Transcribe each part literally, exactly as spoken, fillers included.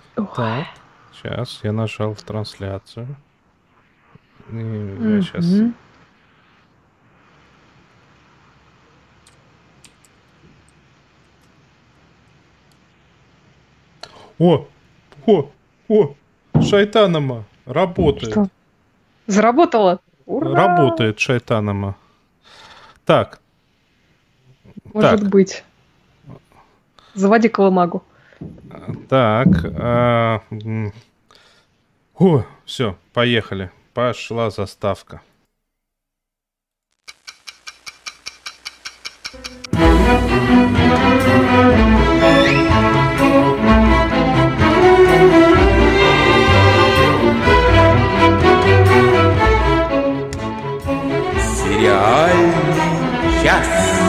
Ой. Так, сейчас я нажал в трансляцию. И я сейчас... Мгм. О! О! О! Шайтанома! Работает. Что? Заработало? Ура! Работает Шайтанома. Так, Может так, быть. Заводи колымагу. так. а, м. О, все, поехали. Пошла заставка. Сериальный час.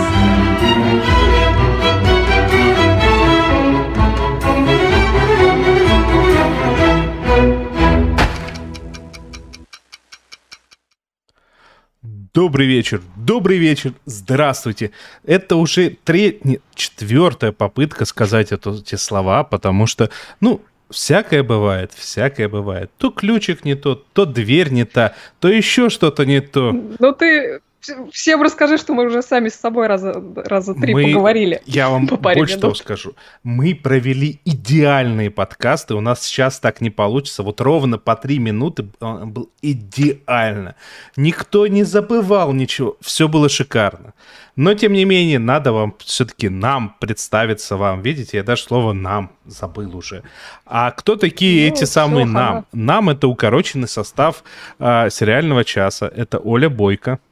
Добрый вечер, добрый вечер, здравствуйте. Это уже третья, четвертая попытка сказать это, эти слова, потому что, ну, всякое бывает, всякое бывает. То ключик не тот, то дверь не та, то еще что-то не то. Ну ты вс- всем расскажи, что мы уже сами с собой раза, раза три Мы, поговорили я вам по паре больше того минут. скажу, мы провели идеальные подкасты, у нас сейчас так не получится, вот ровно по три минуты он был идеально. Никто не забывал ничего, все было шикарно. Но, тем не менее, надо вам все-таки нам представиться вам. Видите, я даже слово «нам» забыл уже. А кто такие эти Ну, самые все, «нам»? хана. «Нам» — это укороченный состав а, сериального часа. Это Оля Бойко.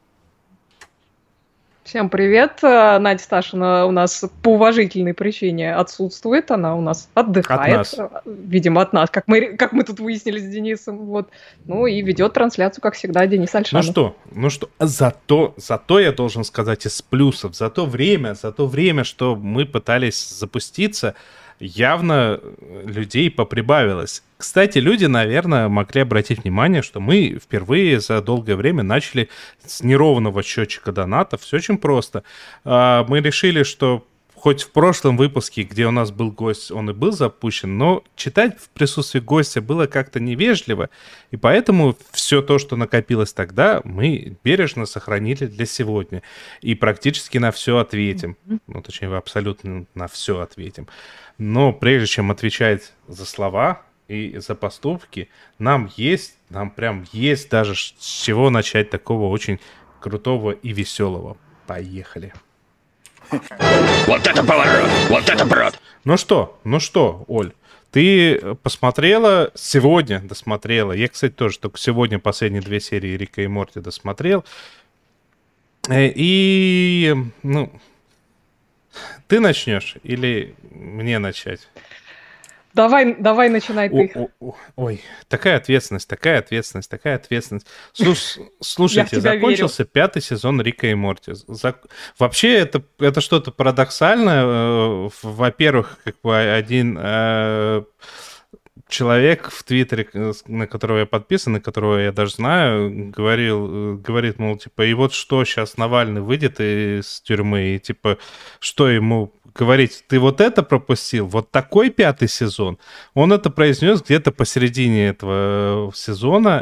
Всем привет. Э, Надя Сташина у нас по уважительной причине отсутствует. Она у нас От отдыхает, нас. э, видимо, от нас, как мы, как мы тут выяснили с Денисом. Вот. Ну и ведет трансляцию, как всегда, Денис Ну Альшанов. что, ну что, зато, зато я должен сказать из плюсов, за то время, за то время, что мы пытались запуститься, явно людей поприбавилось. Кстати, люди, наверное, могли обратить внимание, что мы впервые за долгое время начали с неровного счетчика донатов. Все очень просто. А, Мы решили, что хоть в прошлом выпуске, где у нас был гость, он и был запущен, но читать в присутствии гостя было как-то невежливо, и поэтому все то, что накопилось тогда, мы бережно сохранили для сегодня. И практически на все ответим. Мгм. Ну, точнее, абсолютно на все ответим. Но прежде чем отвечать за слова и за поступки, нам есть, нам прям есть даже с чего начать такого очень крутого и веселого. Поехали. Вот это поворот! Вот это брод! Ну что, ну что, Оль, ты посмотрела сегодня, досмотрела. Я, кстати, тоже только сегодня последние две серии Рика и Морти досмотрел. Э, И, ну, ты начнешь или мне начать? Давай, давай, начинай О, ты. о, о, ой, такая ответственность, такая ответственность, такая ответственность. Слуш- Я в слушайте, тебя верю. закончился пятый сезон Рика и Морти. Зак- Вообще это, это что-то парадоксальное. Э, Во-первых, как бы один э, человек в Твиттере, э, с- на которого я подписан, и которого я даже знаю, говорил, э, говорит, мол, типа, и вот что, сейчас Навальный выйдет из тюрьмы, и типа, что ему говорить, ты вот это пропустил, вот такой пятый сезон. Он это произнес где-то посередине этого э, сезона,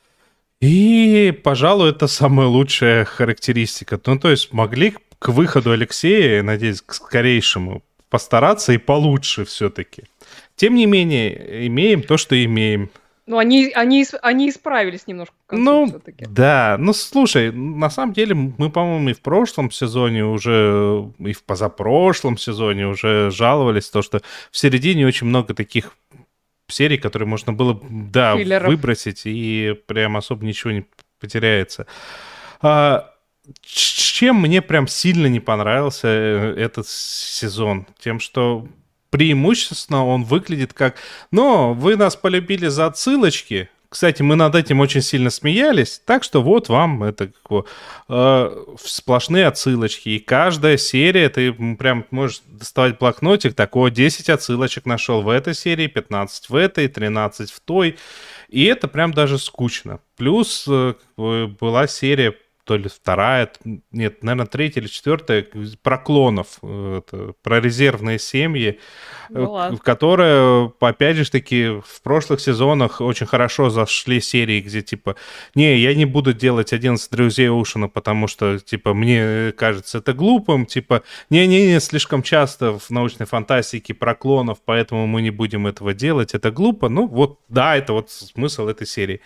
и, пожалуй, это самая лучшая характеристика. Ну, то есть могли к к выходу Алексея, я надеюсь, к скорейшему, постараться и получше все-таки. Тем не менее, имеем то, что имеем. Ну, они, они, ис- они исправились немножко к концу Ну, все-таки. да. Ну, слушай, на самом деле мы, по-моему, и в прошлом сезоне уже, и в позапрошлом сезоне уже жаловались, то, что в середине очень много таких серий, которые можно было, да, Филлеров. выбросить, и прям особо ничего не потеряется. А, ч- чем мне прям сильно не понравился э, этот сезон? Тем, что преимущественно он выглядит как... Но вы нас полюбили за отсылочки. Кстати, мы над этим очень сильно смеялись, так что вот вам это как бы, э, сплошные отсылочки. И каждая серия, ты м, прям можешь доставать блокнотик, так, о, десять отсылочек нашел в этой серии, пятнадцать в этой, тринадцать в той. И это прям даже скучно. Плюс э, как бы была серия то ли вторая, нет, наверное, третья или четвертая, про клонов, это, про резервные семьи, Была. которые, опять же таки, в прошлых сезонах очень хорошо зашли серии, где типа, не, я не буду делать одиннадцать друзей Оушена, потому что, типа, мне кажется это глупым, типа, не-не-не, слишком часто в научной фантастике про клонов, поэтому мы не будем этого делать, это глупо. Ну вот, да, это вот смысл этой серии.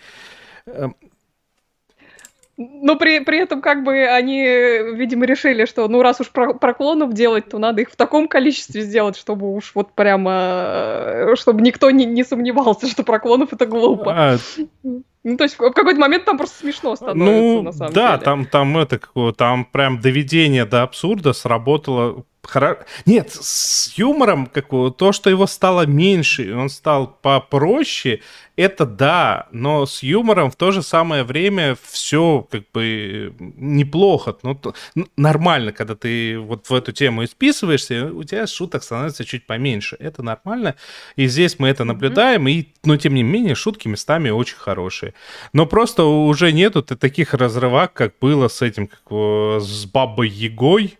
Но при, при этом как бы они, видимо, решили, что ну раз уж про, про клонов делать, то надо их в таком количестве сделать, чтобы уж вот прямо, чтобы никто не, не сомневался, что про клонов это глупо. А... Ну, то есть в какой-то момент там просто смешно становится, ну, на самом да, деле. Да, там, там это, там прям доведение до абсурда сработало. Хоро... Нет, с юмором, как бы, то, что его стало меньше, он стал попроще, это да, но с юмором в то же самое время все как бы неплохо, ну, то, нормально, когда ты вот в эту тему исписываешься, у тебя шуток становится чуть поменьше, это нормально, и здесь мы это наблюдаем, mm-hmm. и, но тем не менее шутки местами очень хорошие, но просто уже нету таких разрывак, как было с этим, как, с Бабой Ягой.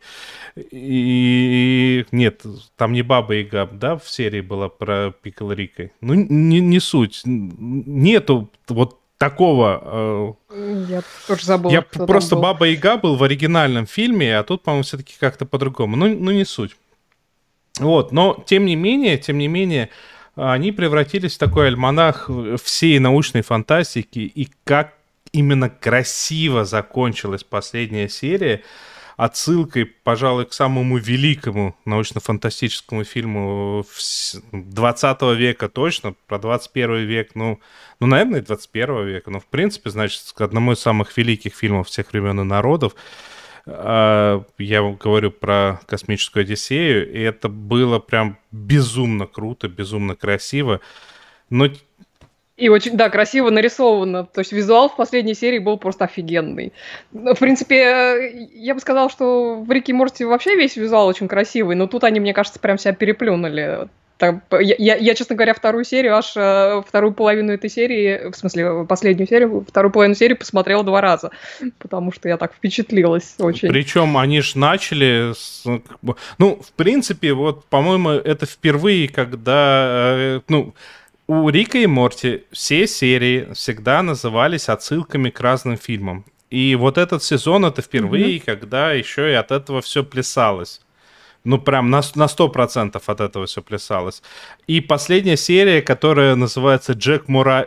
И нет, там не Баба Яга, да, в серии была про Пикколо Рико. Ну, не, не суть. Нету вот такого... Я тоже забыла, Я кто просто там был. Баба Яга был в оригинальном фильме, а тут, по-моему, все-таки как-то по-другому. Ну, ну, не суть. Вот, но тем не менее, тем не менее, они превратились в такой альманах всей научной фантастики, и как именно красиво закончилась последняя серия, отсылкой, пожалуй, к самому великому научно-фантастическому фильму двадцатого века точно, про двадцать первый век, ну, ну, наверное, двадцать первого века, но, в принципе, значит, к одному из самых великих фильмов всех времен и народов. Я говорю про «Космическую Одиссею», и это было прям безумно круто, безумно красиво, но... И очень, да, красиво нарисовано. То есть визуал в последней серии был просто офигенный. В принципе, я бы сказала, что в Рике и Морти вообще весь визуал очень красивый, но тут они, мне кажется, прям себя переплюнули. Я, я, я, честно говоря, вторую серию, аж вторую половину этой серии, в смысле, последнюю серию, вторую половину серии посмотрела два раза, потому что я так впечатлилась очень. Причем они же начали... С, ну, в принципе, вот, по-моему, это впервые, когда... Ну, у Рика и Морти все серии всегда назывались отсылками к разным фильмам. И вот этот сезон это впервые, mm-hmm. когда еще и от этого все плясалось. Ну, прям на, на сто процентов от этого все плясалось. И последняя серия, которая называется Джек Мурай...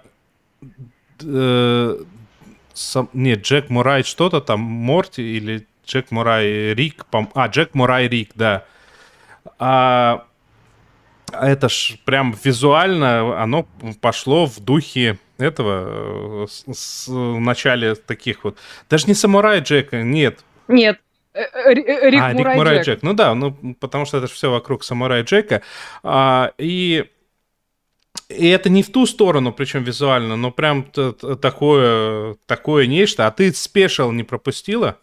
Э, сам, нет, Джек Мурай что-то там, Морти или Джек Мурай Рик. Пом... А, Джек Мурай Рик, да. А... Это ж прям визуально оно пошло в духе этого с, с, в начале таких вот. Даже не Самурай Джека, нет. Нет, Рик а, Мурай Рик Мурай Джек. Джек. Ну да, ну потому что это же все вокруг Самурая Джека. А, и, и это не в ту сторону, причем визуально, но прям такое, такое нечто. А ты спешл не пропустила?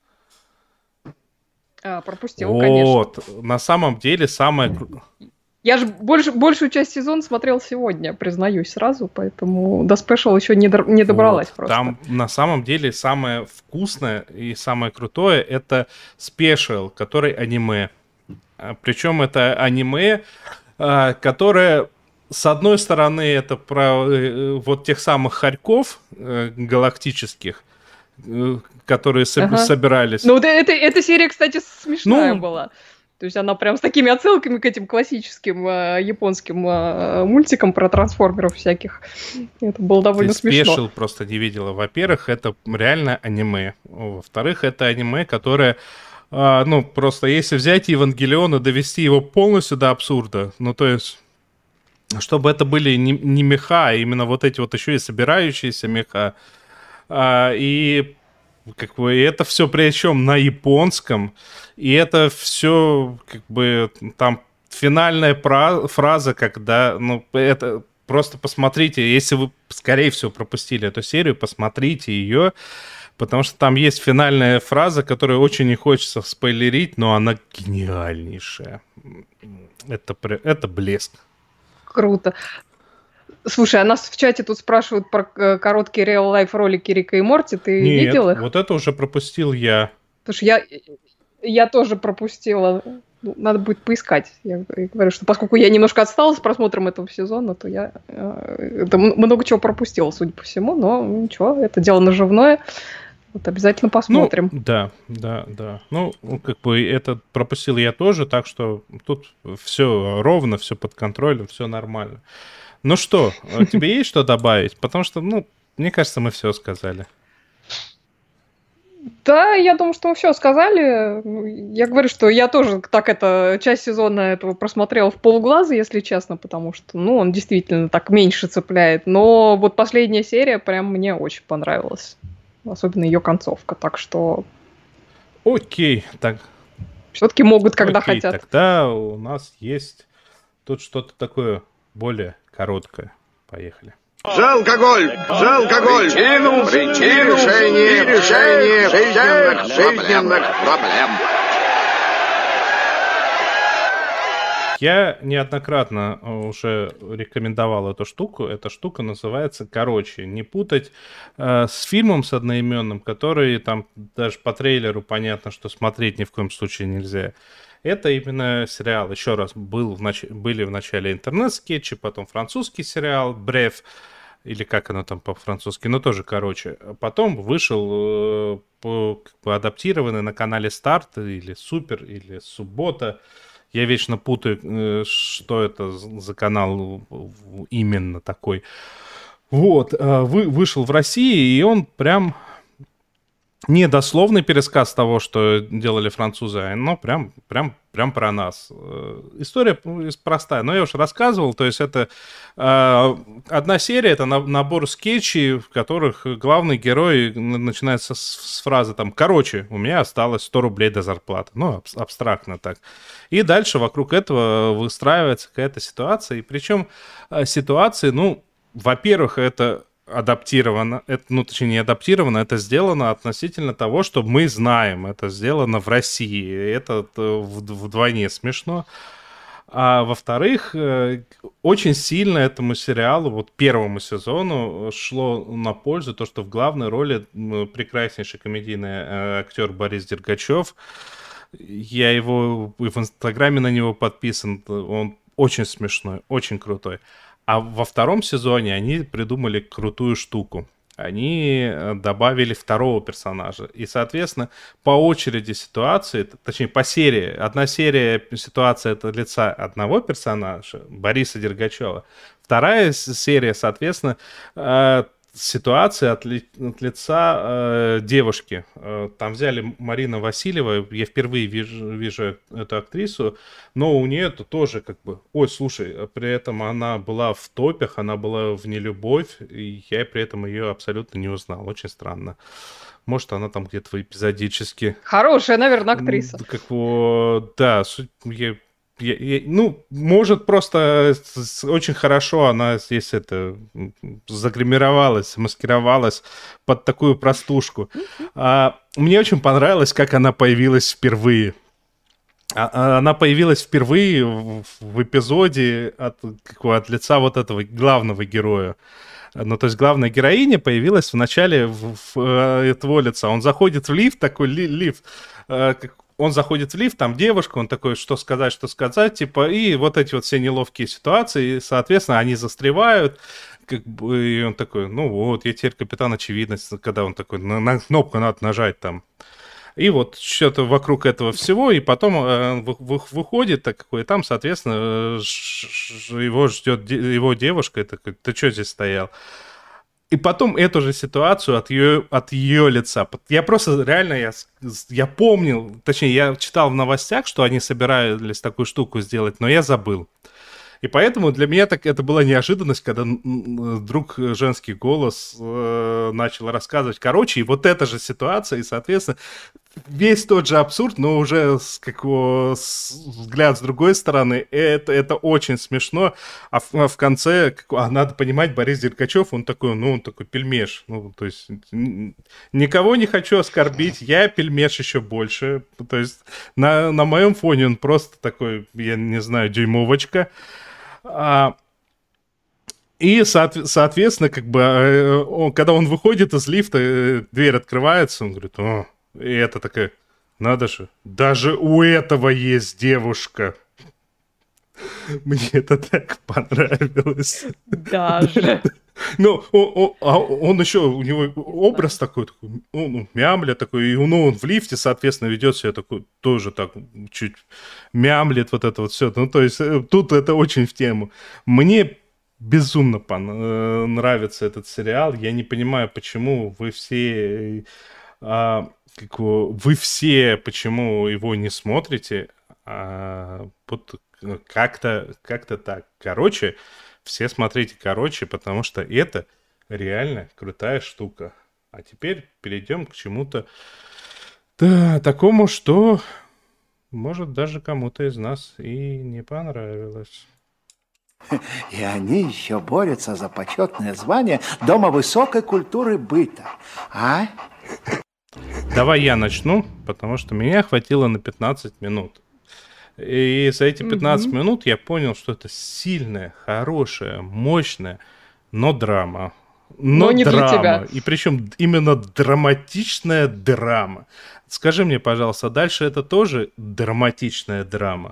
А, пропустила, вот, конечно. Вот, на самом деле самое... Я же больш, большую часть сезона смотрела сегодня, признаюсь сразу, поэтому до спешл еще не, до, не добралась вот, просто. Там на самом деле самое вкусное и самое крутое — это спешл, который аниме. Причем это аниме, которое, с одной стороны, это про вот тех самых хорьков галактических, которые ага. собирались. Ну, это, эта серия, кстати, смешная ну, была. То есть она прям с такими отсылками к этим классическим э, японским э, мультикам про трансформеров всяких. Это было довольно Ты смешно. Спешл просто не видела. Во-первых, это реально аниме. Во-вторых, это аниме, которое... Э, ну, просто если взять Евангелион и довести его полностью до абсурда, ну, то есть... Чтобы это были не, не меха, а именно вот эти вот еще и собирающиеся меха. А, и... Как бы, и это все причем на японском, и это все как бы там финальная пра- фраза, когда, ну, это просто посмотрите, если вы, скорее всего, пропустили эту серию, посмотрите ее, потому что там есть финальная фраза, которую очень не хочется спойлерить, но она гениальнейшая. Это, это блеск. Круто. Слушай, а нас в чате тут спрашивают про э, короткие реал-лайф ролики Рика и Морти. Ты Нет, видел их? вот это уже пропустил я. Потому что я, я тоже пропустила. Ну, надо будет поискать. Я говорю, что поскольку я немножко отстала с просмотром этого сезона, то я э, это много чего пропустила, судя по всему. Но ничего, это дело наживное. Вот обязательно посмотрим. Ну, да, да, да. Ну, как бы это пропустил я тоже, так что тут все ровно, все под контролем, все нормально. Ну что, тебе есть что добавить? Потому что, ну, мне кажется, мы все сказали. Да, я думаю, что мы все сказали. Я говорю, что я тоже так это часть сезона этого просмотрела в полглаза, если честно, потому что, ну, он действительно так меньше цепляет. Но вот последняя серия прям мне очень понравилась. Особенно ее концовка. Так что... Окей, так. Все-таки могут, когда Окей, хотят. Тогда у нас есть тут что-то такое более короткое. Поехали. За алкоголь! За алкоголь! Причину, причину решение, решение жизненных, жизненных проблем. Я неоднократно уже рекомендовал эту штуку. Эта штука называется «Короче». Не путать э, с фильмом с одноименным, который там даже по трейлеру понятно, что смотреть ни в коем случае нельзя. Это именно сериал. Еще раз, был в нач... были в начале интернет-скетчи, потом французский сериал «Бреф», или как оно там по-французски, но тоже короче. Потом вышел э, по, как бы адаптированный на канале «Старт» или «Супер», или «Суббота». Я вечно путаю, что это за канал именно такой. Вот, вы, вышел в России, и он прям не дословный пересказ того, что делали французы, но прям, прям, прям про нас. История простая, но я уже рассказывал, то есть это одна серия, это набор скетчей, в которых главный герой начинается с, с фразы там «Короче, у меня осталось сто рублей до зарплаты». Ну, абстрактно так. И дальше вокруг этого выстраивается какая-то ситуация, и причем ситуации, ну, во-первых, это адаптировано, это, ну, точнее, не адаптировано, это сделано относительно того, что мы знаем. Это сделано в России. Это вдвойне смешно. А во-вторых, очень сильно этому сериалу, вот первому сезону, шло на пользу то, что в главной роли прекраснейший комедийный актер Борис Дергачев. Я его в Инстаграме на него подписан. Он очень смешной, очень крутой. А во втором сезоне они придумали крутую штуку. Они добавили второго персонажа. И, соответственно, по очереди ситуации, точнее, по серии. Одна серия ситуация — это лица одного персонажа, Бориса Дергачева. Вторая серия, соответственно, ситуация от, ли, от лица э, девушки. Э, там взяли Марину Васильеву, я впервые вижу, вижу эту актрису, но у нее это тоже как бы... Ой, слушай, при этом она была в топях, она была в «Нелюбовь», и я при этом ее абсолютно не узнал. Очень странно. Может, она там где-то эпизодически... Хорошая, наверное, актриса. Как бы, да, я... Я, я, ну, может, просто очень хорошо она здесь это загримировалась, маскировалась под такую простушку. А, мне очень понравилось, как она появилась впервые. А, она появилась впервые в, в эпизоде от, от лица вот этого главного героя. Ну, то есть главная героиня появилась в начале в, в, этого лица. Он заходит в лифт, такой ли, лифт, как он заходит в лифт, там девушка, он такой, что сказать, что сказать, типа, и вот эти вот все неловкие ситуации, и, соответственно, они застревают, как бы, и он такой, ну вот, я теперь капитан очевидность, когда он такой, на, на кнопку надо нажать там. И вот что-то вокруг этого всего, и потом э, вы, вы, выходит такой, и там, соответственно, его ждет его девушка, и такой, ты что здесь стоял? И потом эту же ситуацию от ее, от ее лица. Я просто реально, я, я помнил, точнее, я читал в новостях, что они собирались такую штуку сделать, но я забыл. И поэтому для меня так это была неожиданность, когда вдруг женский голос э, начал рассказывать. Короче, и вот эта же ситуация, и, соответственно, весь тот же абсурд, но уже с какого с, взгляд с другой стороны, это, это очень смешно. А в, а в конце, как, а надо понимать, Борис Дергачев, он такой, ну, он такой пельмеш. Ну, то есть, никого не хочу оскорбить, я пельмеш еще больше. То есть, на, на моем фоне он просто такой, я не знаю, дюймовочка. А, И, соответственно, как бы, он, когда он выходит из лифта, дверь открывается, он говорит, о, и это такая, надо же, даже у этого есть девушка. Мне это так понравилось. Даже. Ну, он, он, он еще, у него образ такой, такой он мямля такой, и ну, он в лифте, соответственно, ведет себя такой, тоже так, чуть мямлет вот это вот все. Ну, то есть, тут это очень в тему. Мне безумно пон- нравится этот сериал. Я не понимаю, почему вы все... А, как его, вы все почему его не смотрите? А, вот как-то, как-то так. Короче, все смотрите короче, потому что это реально крутая штука. А теперь перейдем к чему-то да, такому, что может даже кому-то из нас и не понравилось. И они еще борются за почетное звание Дома высокой культуры быта. А? Давай я начну, потому что меня хватило на пятнадцать минут. И за эти пятнадцать mm-hmm. минут я понял, что это сильная, хорошая, мощная, но драма. Но, но не драма. Для тебя. И причем именно драматичная драма. Скажи мне, пожалуйста, дальше это тоже драматичная драма?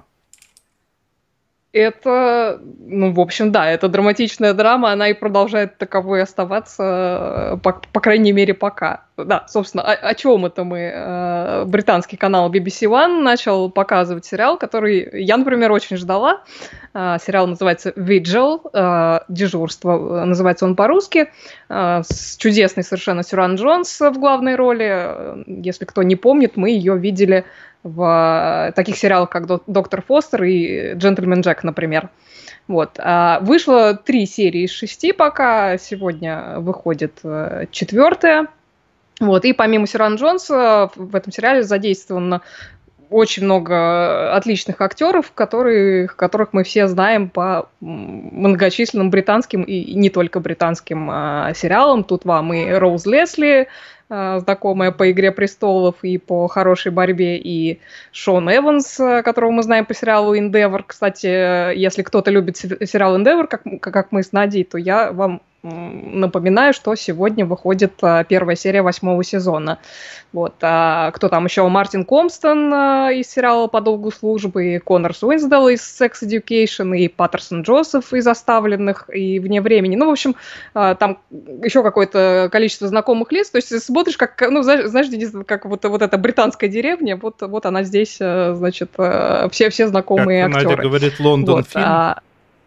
Это, ну, в общем, да, это драматичная драма, она и продолжает таковой оставаться, по, по крайней мере, пока. Да, собственно, о, о чем это мы? Британский канал би би си One начал показывать сериал, который я, например, очень ждала. Сериал называется Vigil, дежурство, называется он по-русски, с чудесной совершенно Сюран Джонс в главной роли. Если кто не помнит, мы ее видели в таких сериалах, как «Доктор Фостер» и «Джентльмен Джек», например. Вот. Вышло три серии из шести пока, сегодня выходит четвертая. Вот. И помимо Сюран Джонс в этом сериале задействовано очень много отличных актеров, которые, которых мы все знаем по многочисленным британским и не только британским сериалам. Тут вам и Роуз Лесли, знакомая по «Игре престолов» и по «Хорошей борьбе», и Шон Эванс, которого мы знаем по сериалу «Endeavour». Кстати, если кто-то любит сериал «Endeavour», как, как мы с Надей, то я вам напоминаю, что сегодня выходит первая серия восьмого сезона. Вот. А кто там еще? Мартин Компстон из сериала «По долгу службы», и Коннор Суинсдал из «Sex Education», и Паттерсон Джозеф из «Оставленных», и «Вне времени». Ну, в общем, там еще какое-то количество знакомых лиц. То есть смотришь, как, ну, знаешь, как вот, вот эта британская деревня, вот, вот она здесь, значит, все, все знакомые как актеры. Надя говорит, Лондон вот. фильм. А...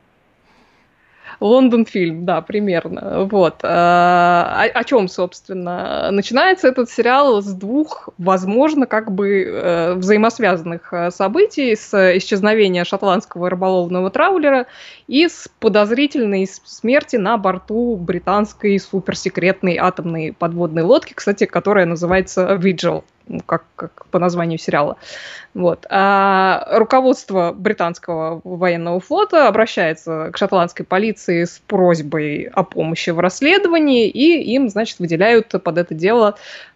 Лондон фильм, да, примерно. Вот. О, о чем, собственно, начинается этот сериал с двух, возможно, как бы взаимосвязанных событий: с исчезновения шотландского рыболовного траулера и с подозрительной смерти на борту британской суперсекретной атомной подводной лодки, кстати, которая называется Vigil. Как, как по названию сериала. Вот. А руководство британского военного флота обращается к шотландской полиции с просьбой о помощи в расследовании, и им, значит, выделяют под это дело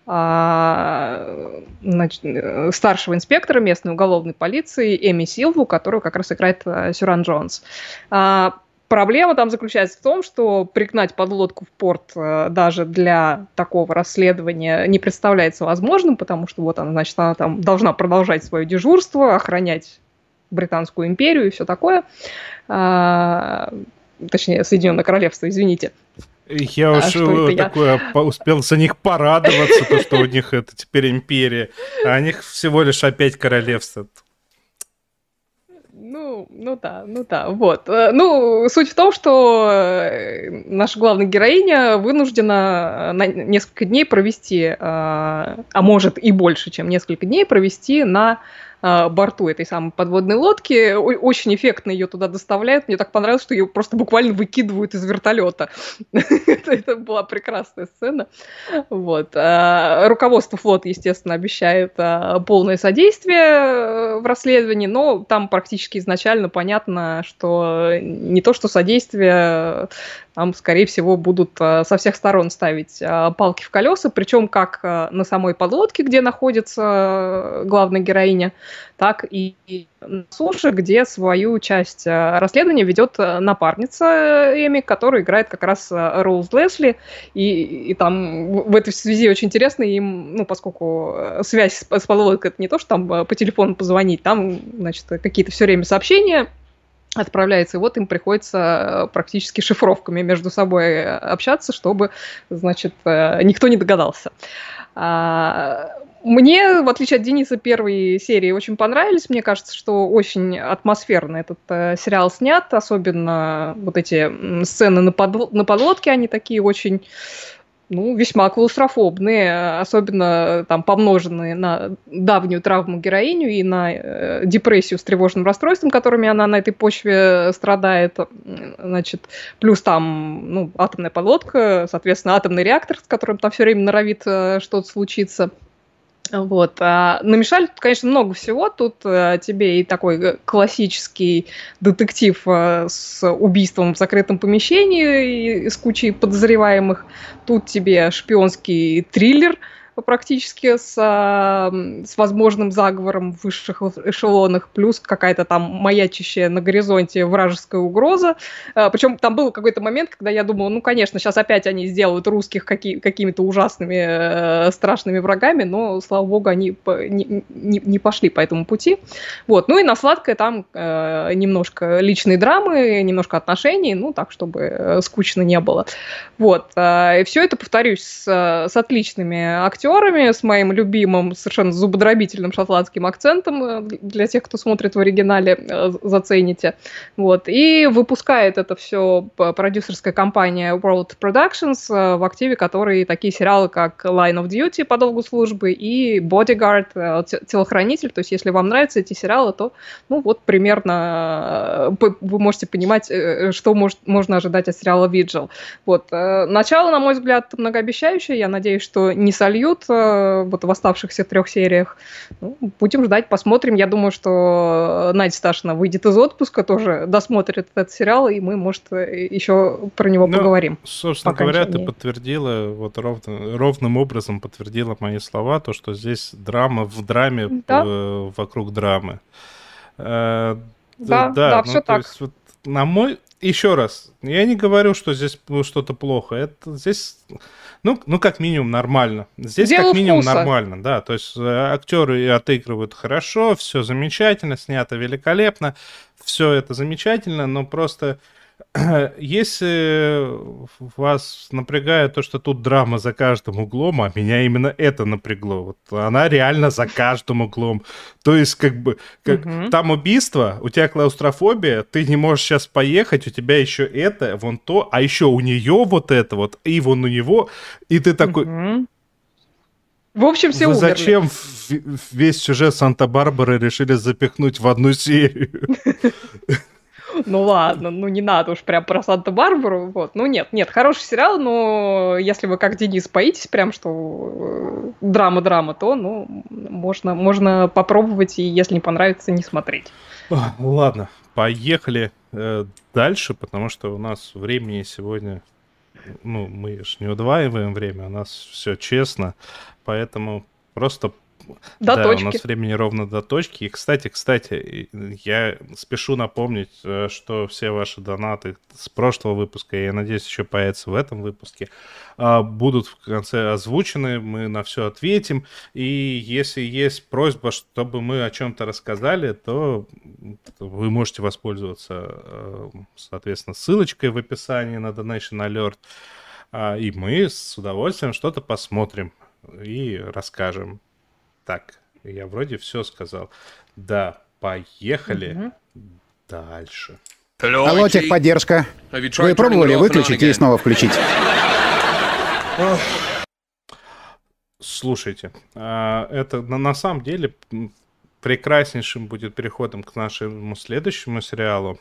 а, значит, старшего инспектора местной уголовной полиции Эми Силву, которую как раз играет Сюран Джонс. А, Проблема там заключается в том, что пригнать подлодку в порт э, даже для такого расследования не представляется возможным, потому что вот она, значит, она там должна продолжать свое дежурство, охранять Британскую империю и все такое. А, точнее, Соединенное Королевство, извините. Я а уж такое я? успел за них порадоваться, то, что у них это теперь империя, а у них всего лишь опять королевство. Ну, ну да, ну да, вот. Ну, суть в том, что наша главная героиня вынуждена на несколько дней провести, а может и больше, чем несколько дней провести на борту этой самой подводной лодки. Очень эффектно ее туда доставляют. Мне так понравилось, что ее просто буквально выкидывают из вертолета. Это была прекрасная сцена. Вот. Руководство флота, естественно, обещает полное содействие в расследовании, но там практически изначально понятно, что не то, что содействие, там, скорее всего, будут со всех сторон ставить палки в колеса, причем как на самой подлодке, где находится главная героиня, так и на суше, где свою часть расследования ведет напарница Эми, которая играет как раз Роуз Лесли, и, и там в этой связи очень интересно им, ну, поскольку связь с, с подлодкой это не то, что там по телефону позвонить, там, значит, какие-то все время сообщения отправляется, и вот им приходится практически шифровками между собой общаться, чтобы, значит, никто не догадался. Мне, в отличие от Дениса, первые серии очень понравились. Мне кажется, что очень атмосферно этот э, сериал снят. Особенно вот эти сцены на, под... на подлодке, они такие очень, ну, весьма клаустрофобные. Особенно там помноженные на давнюю травму героиню и на э, депрессию с тревожным расстройством, которыми она на этой почве страдает. Значит, плюс там, ну, атомная подлодка, соответственно, атомный реактор, с которым там все время норовит э, что-то случиться. Вот. А намешали тут, конечно, много всего. Тут а, тебе и такой классический детектив а, с убийством в закрытом помещении и с кучей подозреваемых. Тут тебе шпионский триллер практически с, с возможным заговором в высших эшелонах, плюс какая-то там маячащая на горизонте вражеская угроза. Причем там был какой-то момент, когда я думала, ну, конечно, сейчас опять они сделают русских какие- какими-то ужасными, э, страшными врагами, но, слава богу, они по- не, не, не пошли по этому пути. Вот. Ну и на сладкое там э, немножко личной драмы, немножко отношений, ну, так, чтобы э, скучно не было. Вот. И все это, повторюсь, с, с отличными актерами, актерами, с моим любимым, совершенно зубодробительным шотландским акцентом, для тех, кто смотрит в оригинале, зацените. Вот. И выпускает это все продюсерская компания World Productions, в активе которой такие сериалы, как Line of Duty по долгу службы и Bodyguard, телохранитель. То есть, если вам нравятся эти сериалы, то, ну, вот примерно вы можете понимать, что может, можно ожидать от сериала Vigil. Вот. Начало, на мой взгляд, многообещающее. Я надеюсь, что не сольют вот в оставшихся трех сериях. Ну, будем ждать, посмотрим. Я думаю, что Надя Сташина выйдет из отпуска, тоже досмотрит этот сериал, и мы, может, еще про него ну, поговорим. Собственно говоря, ты подтвердила, вот ровно, ровным образом подтвердила мои слова, то, что здесь драма в драме, да? Вокруг драмы. Да, да, да ну, все так. Есть, вот, на мой... Еще раз, я не говорю, что здесь что-то плохо. Это здесь, ну, ну как минимум нормально. Здесь Дело как минимум вкуса. Нормально, да. То есть актеры отыгрывают хорошо, все замечательно, снято великолепно, все это замечательно, но просто если вас напрягает то, что тут драма за каждым углом, а меня именно это напрягло, вот она реально за каждым углом. То есть как бы как, угу. Там убийство, у тебя клаустрофобия, ты не можешь сейчас поехать, у тебя еще это, вон то, а еще у нее вот это вот, и вон у него, и ты такой... Угу. В общем, все Вы умерли. Зачем весь сюжет Санта-Барбары решили запихнуть в одну серию? Ну ладно, ну не надо уж прям про Санта-Барбару, вот. Ну нет, нет, хороший сериал, но если вы как Денис боитесь прям, что драма-драма, то, ну, можно, можно попробовать, и если не понравится, не смотреть. Ладно, поехали э, дальше, потому что у нас времени сегодня, ну, мы же не удваиваем время, у нас все честно, поэтому просто... До да, точки. У нас времени ровно до точки. И, кстати, кстати, я спешу напомнить, что все ваши донаты с прошлого выпуска, и я надеюсь, еще появятся в этом выпуске, будут в конце озвучены, мы на все ответим. И если есть просьба, чтобы мы о чем-то рассказали, то вы можете воспользоваться, соответственно, ссылочкой в описании на Donation Alert, и мы с удовольствием что-то посмотрим и расскажем. Так, я вроде все сказал. Да, поехали угу. дальше. Алло, техподдержка. Вы пробовали выключить и снова включить? Слушайте, это на самом деле прекраснейшим будет переходом к нашему следующему сериалу.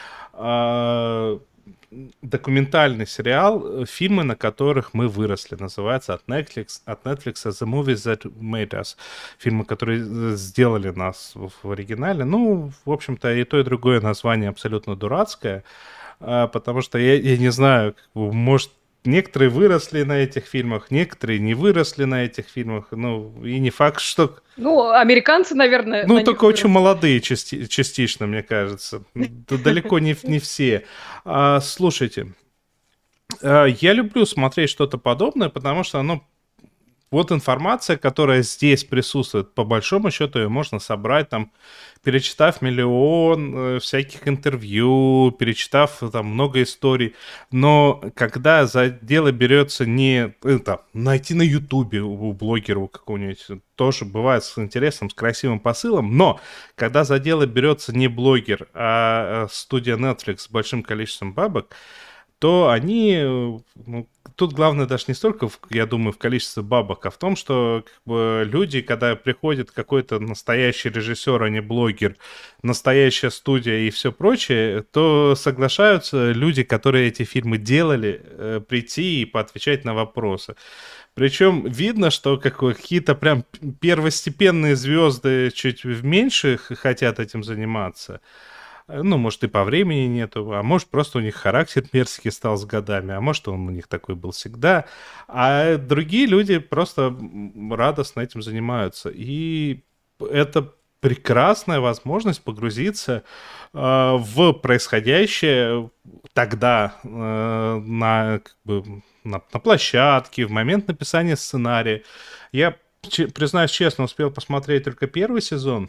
Документальный сериал, фильмы, на которых мы выросли, называется от Netflix, от Netflix The Movies That Made Us. Фильмы, которые сделали нас в оригинале. Ну, в общем-то, и то, и другое название абсолютно дурацкое. а, потому что я, я не знаю, как бы, может, некоторые выросли на этих фильмах, некоторые не выросли на этих фильмах, ну, и не факт, что... Ну, американцы, наверное, Ну, на только них очень выросли. молодые части- частично, мне кажется. Да далеко не, не все. А, слушайте, а, я люблю смотреть что-то подобное, потому что оно... Вот информация, которая здесь присутствует, по большому счету ее можно собрать, там, перечитав миллион э, всяких интервью, перечитав там много историй. Но когда за дело берется не это, найти на Ютубе у блогера у какого-нибудь, тоже бывает с интересом, с красивым посылом, но когда за дело берется не блогер, а студия Netflix с большим количеством бабок, то они, ну, тут главное даже не столько, в, я думаю, в количестве бабок, а в том, что как бы, люди, когда приходит какой-то настоящий режиссер, а не блогер, настоящая студия и все прочее, то соглашаются люди, которые эти фильмы делали, э, прийти и поотвечать на вопросы. Причем видно, что как, какие-то прям первостепенные звезды чуть меньше хотят этим заниматься. Ну, может, и по времени нету, а может, просто у них характер мерзкий стал с годами, а может, он у них такой был всегда. А другие люди просто радостно этим занимаются. И это прекрасная возможность погрузиться э, в происходящее тогда э, на, как бы, на, на площадке, в момент написания сценария. Я, ч- признаюсь честно, успел посмотреть только первый сезон.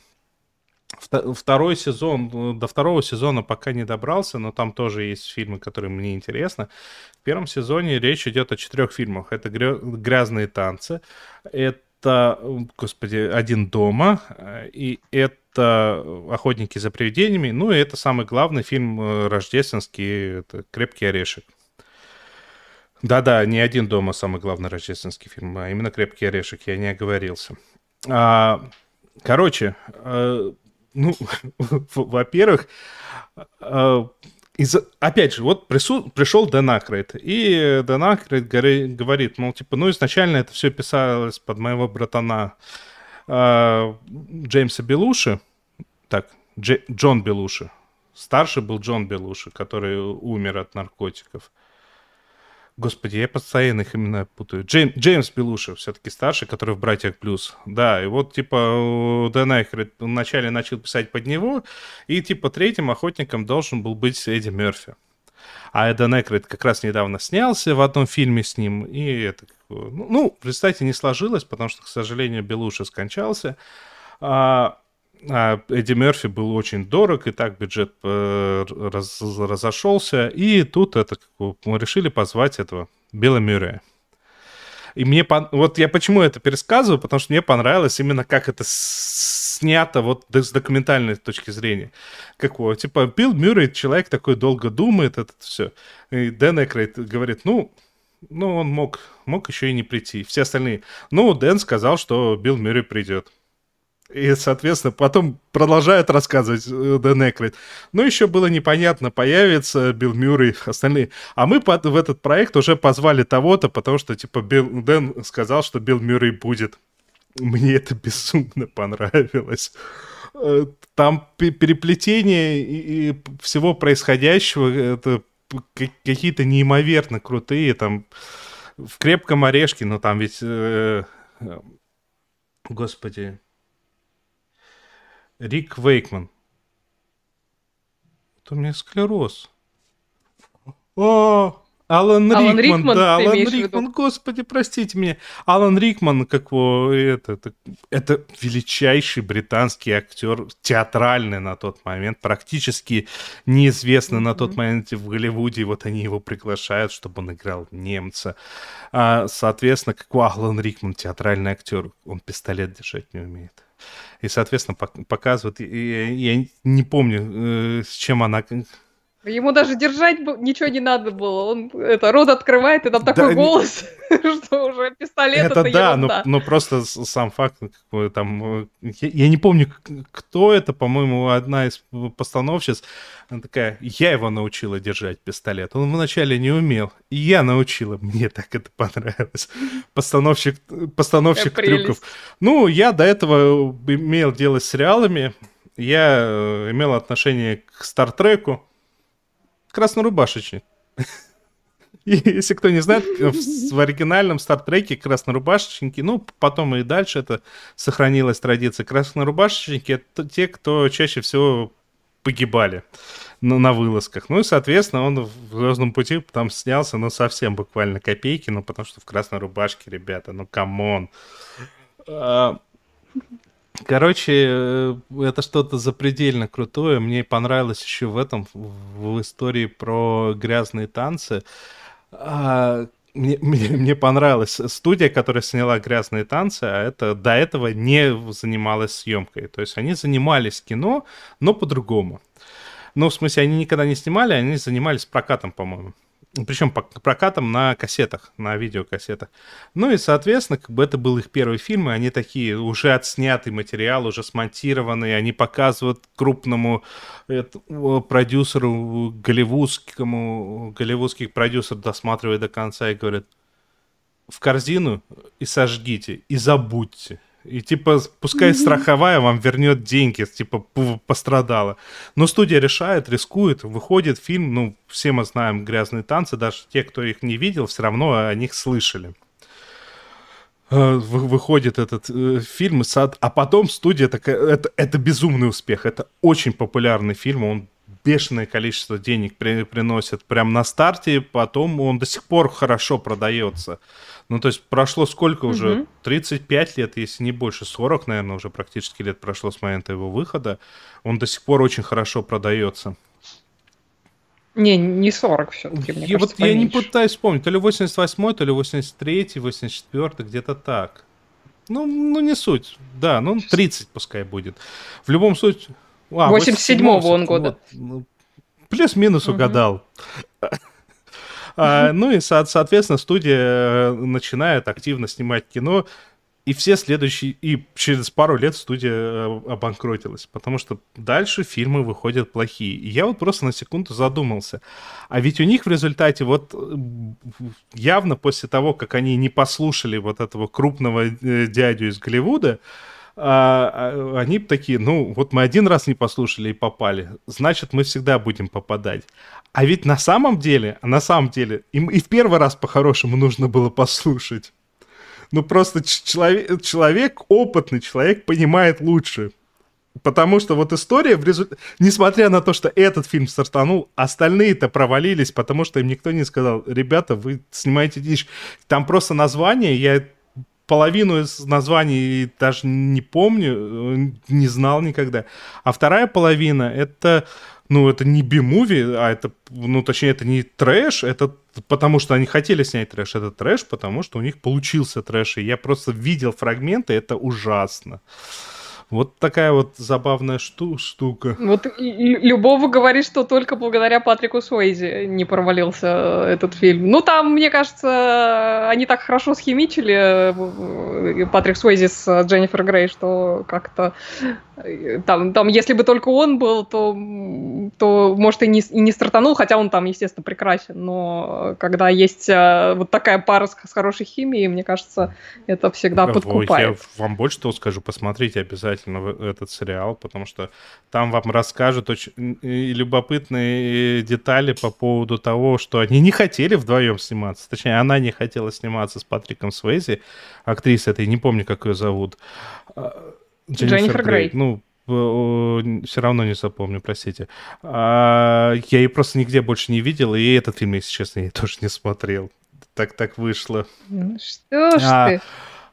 Второй сезон, до второго сезона пока не добрался, но там тоже есть фильмы, которые мне интересны. В первом сезоне речь идет о четырех фильмах. Это «Грязные танцы», это, господи, «Один дома», и это «Охотники за привидениями», ну и это самый главный фильм рождественский, это «Крепкий орешек». Да-да, не «Один дома» самый главный рождественский фильм, а именно «Крепкий орешек», я не оговорился. Короче, ну, во-первых, из, опять же, вот прису, пришел Дэн Акройд, и Дэн Акройд говорит, мол, типа, ну, изначально это все писалось под моего братана э, Джеймса Белуши, так, Дж, Джон Белуши, старший был Джон Белуши, который умер от наркотиков. Господи, я постоянно их именно путаю. Джейм, Джеймс Белуши, все-таки старший, который в «Братьях Блюз». Да, и вот, типа, Дэн Акройд вначале начал писать под него, и, типа, третьим охотником должен был быть Эдди Мерфи. А Дэн Акройд как раз недавно снялся в одном фильме с ним, и это, ну, ну кстати, не сложилось, потому что, к сожалению, Белуши скончался. А, а Эдди Мерфи был очень дорог, и так бюджет э, раз, разошелся, и тут это, мы решили позвать этого Билла Мюррея. И мне, пон... вот я почему это пересказываю, потому что мне понравилось именно как это снято вот с документальной точки зрения. Как вот, типа, Билл Мюррей, человек такой долго думает, это все. И Дэн Акройд говорит, ну, ну, он мог, мог еще и не прийти. Все остальные, ну, Дэн сказал, что Билл Мюррей придет. И, соответственно, потом продолжают рассказывать Дэн Акройд. Но еще было непонятно, появится Билл Мюррей, остальные. А мы под, в этот проект уже позвали того-то, потому что, типа, Билл, Дэн сказал, что Билл Мюррей будет. Мне это безумно понравилось. Там переплетение и всего происходящего, это какие-то неимоверно крутые. Там в «Крепком орешке», но там ведь... Э, господи... Рик Вейкман. Это у меня склероз. О, Алан, Алан Рикман, Рикман, да, Алан Рикман, господи, простите меня. Алан Рикман, как его, это, это, это величайший британский актер, театральный на тот момент, практически неизвестный mm-hmm. на тот момент в Голливуде. Вот они его приглашают, чтобы он играл немца. А, соответственно, как у Алан Рикман, театральный актер, он пистолет держать не умеет. И, соответственно, показывают, я не помню, с чем она... Ему даже держать ничего не надо было. Он это, рот открывает, и там такой да, голос, что уже пистолет — это, это да, ерунда. но, но просто сам факт, там, я, я не помню, кто это, по-моему, одна из постановщиц, она такая, я его научила держать пистолет. Он вначале не умел, и я научила. Мне так это понравилось. Постановщик, постановщик трюков. Ну, я до этого имел дело с сериалами, я имел отношение к Стартреку. краснорубашечник. И, если кто не знает, в, в оригинальном Стартреке краснорубашечники, ну, потом и дальше это сохранилась традиция. Краснорубашечники — это те, кто чаще всего погибали на, на вылазках. Ну и, соответственно, он в «Звездном пути» там снялся, ну, совсем буквально копейки, ну, потому что в красной рубашке, ребята, ну, камон. Короче, это что-то запредельно крутое. Мне понравилось еще в этом, в истории про грязные танцы. А, мне, мне, мне понравилась студия, которая сняла «Грязные танцы», а это до этого не занималась съемкой. То есть они занимались кино, но по-другому. Ну, в смысле, они никогда не снимали, они занимались прокатом, по-моему. Причем по прокатом на кассетах, на видеокассетах. Ну и, соответственно, как бы это был их первый фильм, и они такие, уже отснятый материал, уже смонтированный, они показывают крупному это, продюсеру голливудскому, голливудский продюсер досматривает до конца и говорит: в корзину и сожгите, и забудьте. И типа, пускай mm-hmm. страховая вам вернет деньги, типа, пострадала. Но студия решает, рискует, выходит фильм, ну, все мы знаем «Грязные танцы», даже те, кто их не видел, все равно о них слышали. Выходит этот э, фильм, а потом студия такая, это, это безумный успех, это очень популярный фильм, он бешеное количество денег при, приносит прямо на старте, потом он до сих пор хорошо продается. Ну, то есть прошло сколько уже? Угу. тридцать пять лет, если не больше, сорок, наверное, уже практически лет прошло с момента его выхода. Он до сих пор очень хорошо продается. Не, не сорок все-таки, мне И кажется, вот я не пытаюсь вспомнить, то ли восемьдесят восьмой, то ли восемьдесят третий, восемьдесят четвёртый, где-то так. Ну, ну, не суть. Да, ну, тридцать пускай будет. В любом случае... А, восемьдесят седьмого он года. Вот, плюс-минус угу. угадал. А, ну и, со- соответственно, студия начинает активно снимать кино, и все следующие... И через пару лет студия обанкротилась, потому что дальше фильмы выходят плохие. И я вот просто на секунду задумался. А ведь у них в результате вот явно после того, как они не послушали вот этого крупного дядю из Голливуда, А, они такие, ну, вот мы один раз не послушали и попали, значит, мы всегда будем попадать. А ведь на самом деле, на самом деле, им и в первый раз по-хорошему нужно было послушать. Ну, просто человек, человек опытный, человек понимает лучше. Потому что вот история, в результ... несмотря на то, что этот фильм стартанул, остальные-то провалились, потому что им никто не сказал: ребята, вы снимаете дичь. Там просто название, я... половину из названий даже не помню, не знал никогда. А вторая половина — это, ну, это не би-муви, а это, ну, точнее, это не трэш, это потому что они хотели снять трэш, это трэш, потому что у них получился трэш. И я просто видел фрагменты, это ужасно. Вот такая вот забавная шту- штука. Вот Любова говорит, что только благодаря Патрику Суэйзи не провалился этот фильм. Ну, там, мне кажется, они так хорошо схимичили, Патрик Суэйзи с Дженнифер Грей, что как-то там, там если бы только он был, то, то может, и не, и не стартанул, хотя он там, естественно, прекрасен. Но когда есть вот такая пара с, с хорошей химией, мне кажется, это всегда подкупает. Я вам больше того скажу, посмотрите обязательно этот сериал, потому что там вам расскажут очень любопытные детали по поводу того, что они не хотели вдвоем сниматься. Точнее, она не хотела сниматься с Патриком Суэйзи, актриса этой, не помню, как ее зовут. Дженнифер, Дженнифер Грей. Грей. Ну, все равно не запомню, простите. А, я ее просто нигде больше не видел, и этот фильм, если честно, я тоже не смотрел. Так так вышло. Что ж а, ты...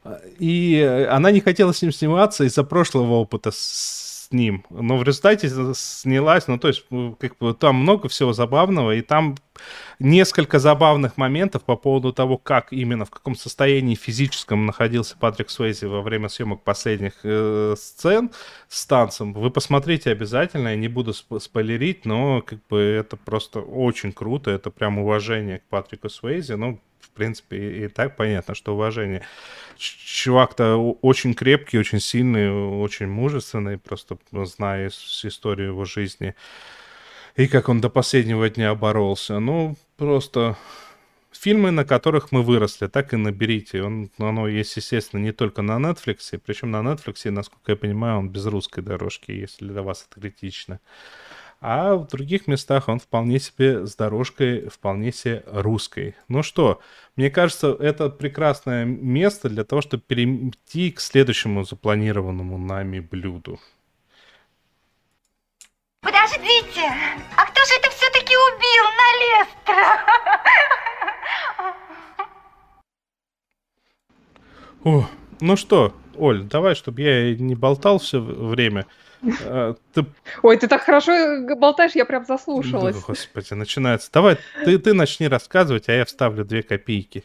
И она не хотела с ним сниматься из-за прошлого опыта с ним. Но в результате снялась. Ну, то есть, как бы, там много всего забавного. И там несколько забавных моментов по поводу того, как именно, в каком состоянии физическом находился Патрик Суэйзи во время съемок последних э, сцен с танцем. Вы посмотрите обязательно. Я не буду сп- спойлерить, но как бы это просто очень круто. Это прям уважение к Патрику Суэйзи. Ну, в принципе, и, и так понятно, что уважение. Чувак-то очень крепкий, очень сильный, очень мужественный, просто зная историю его жизни. И как он до последнего дня боролся. Ну, просто фильмы, на которых мы выросли, так и наберите. Он, оно есть, естественно, не только на Netflix, причем на Netflix, насколько я понимаю, он без русской дорожки, если для вас это критично. А в других местах он вполне себе с дорожкой, вполне себе русской. Ну что, мне кажется, это прекрасное место для того, чтобы перейти к следующему запланированному нами блюду. Подождите, а кто же это все-таки убил Налестра? О, ну что, Оль, давай, чтобы я не болтал все время. А, ты... Ой, ты так хорошо болтаешь, я прям заслушалась. Да, господи, начинается. Давай, ты, ты начни рассказывать, а я вставлю две копейки.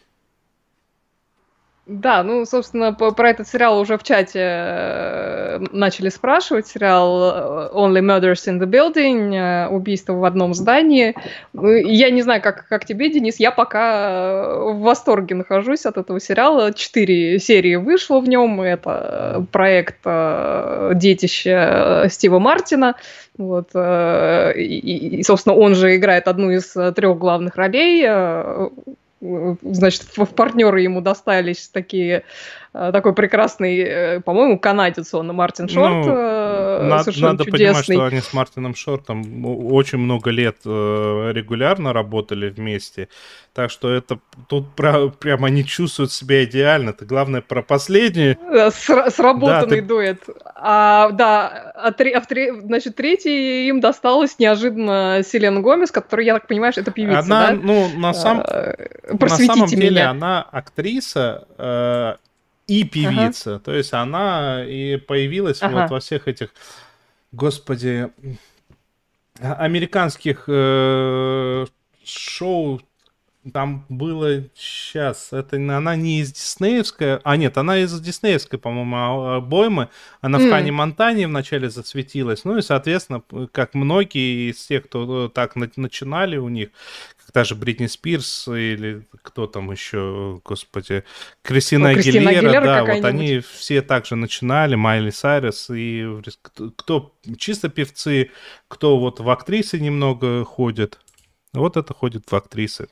Да, ну, собственно, по- про этот сериал уже в чате э, начали спрашивать. Сериал Only Murders in the Building, э, убийство в одном здании. Ну, Я не знаю, как, как тебе, Денис, я пока в восторге нахожусь от этого сериала. Четыре серии вышло в нем. Это проект э, детище Стива Мартина. Вот, э, и, и, собственно, он же играет одну из трех главных ролей. э, Значит, в в партнеры ему достались такие, э, такой прекрасный, э, по-моему, канадец он, Мартин Шорт, Ну, э, на- совершенно надо понимать, чудесный. что они с Мартином Шортом о- очень много лет э, регулярно работали вместе. Так что это тут про- прям они чувствуют себя идеально. Это главное про последнее. Э, сра- Сработанный Да, ты- дуэт. А, да, а тре- а в тре- значит, третий им досталась неожиданно Селена Гомес, которая, я так понимаю, что это певица, Она, да? ну, на, сам, Э, на Просветите самом деле меня. она актриса э, и певица. То есть она и появилась Ага. вот во всех этих, господи, а- американских э, шоу. Там было сейчас, это не- она не из диснеевской, а нет, она из диснеевской, по-моему, а- обоймы. Она в М. Ханне Монтане вначале засветилась. Ну и, соответственно, п- как многие из тех, кто э, так на- начинали у них, как та же Бритни Спирс или кто там еще, господи, Кристина Ну, Кристина Агилера, Агилера да, вот какая-нибудь. они все также начинали, Майли Сайрес, и в рис- кто, кто чисто певцы, кто вот в актрисы немного ходит, вот это ходит в актрисы.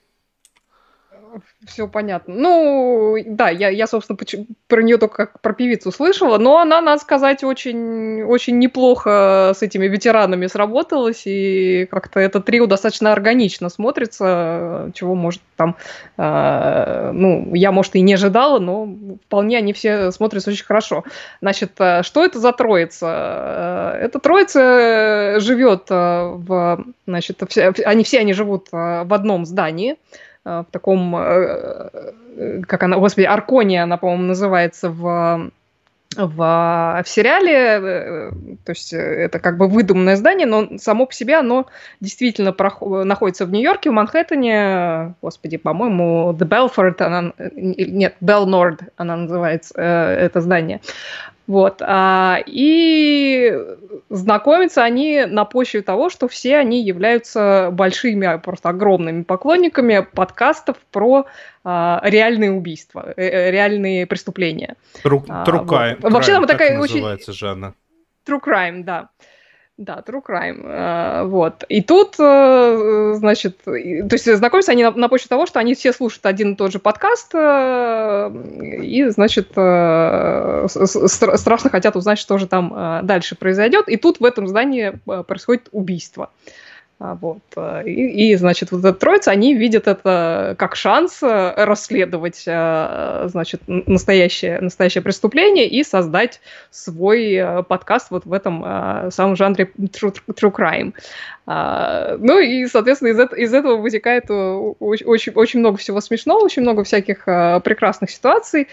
Все понятно. Ну, да, я, я собственно, поч- про нее только как про певицу слышала, но она, надо сказать, очень, очень неплохо с этими ветеранами сработалась, и как-то это трио достаточно органично смотрится, чего, может, там, э, ну, я, может, и не ожидала, но вполне они все смотрятся очень хорошо. Значит, э, что это за троица? Э, Эта троица живет э, в, значит, все- они все они живут э, в одном здании, э, в таком, э, э, как она, господи, Аркония, она, по-моему, называется в, в, в сериале, э, то есть э, это как бы выдуманное здание, но само по себе оно действительно прохо- находится в Нью-Йорке, в Манхэттене, господи, по-моему, The Belfort, она, э, нет, Belnord она называется, э, это здание. Вот. а, И знакомятся они на почве того, что все они являются большими, просто огромными поклонниками подкастов про а, реальные убийства, э, э, реальные преступления. Тру, А, трукай, вот. Вообще крайм, там как такая очень- называется, Жанна? True crime, да. Да, true crime. э, Вот. И тут, э, значит, и- то есть знакомятся они на, на почве того, что они все слушают один и тот же подкаст, э, и, значит, э, с- с- стра- страшно хотят узнать, что же там э, дальше произойдет. И тут в этом здании э, происходит убийство. А, Вот. э, И, и, значит, вот эта троица, они видят это как шанс э, расследовать, э, значит, н- настоящее, настоящее преступление и создать свой э, подкаст вот в этом э, самом жанре true, true crime. А, Ну и, соответственно, из, эт- из этого вытекает э, оч- очень, очень много всего смешного, очень много всяких э, прекрасных ситуаций.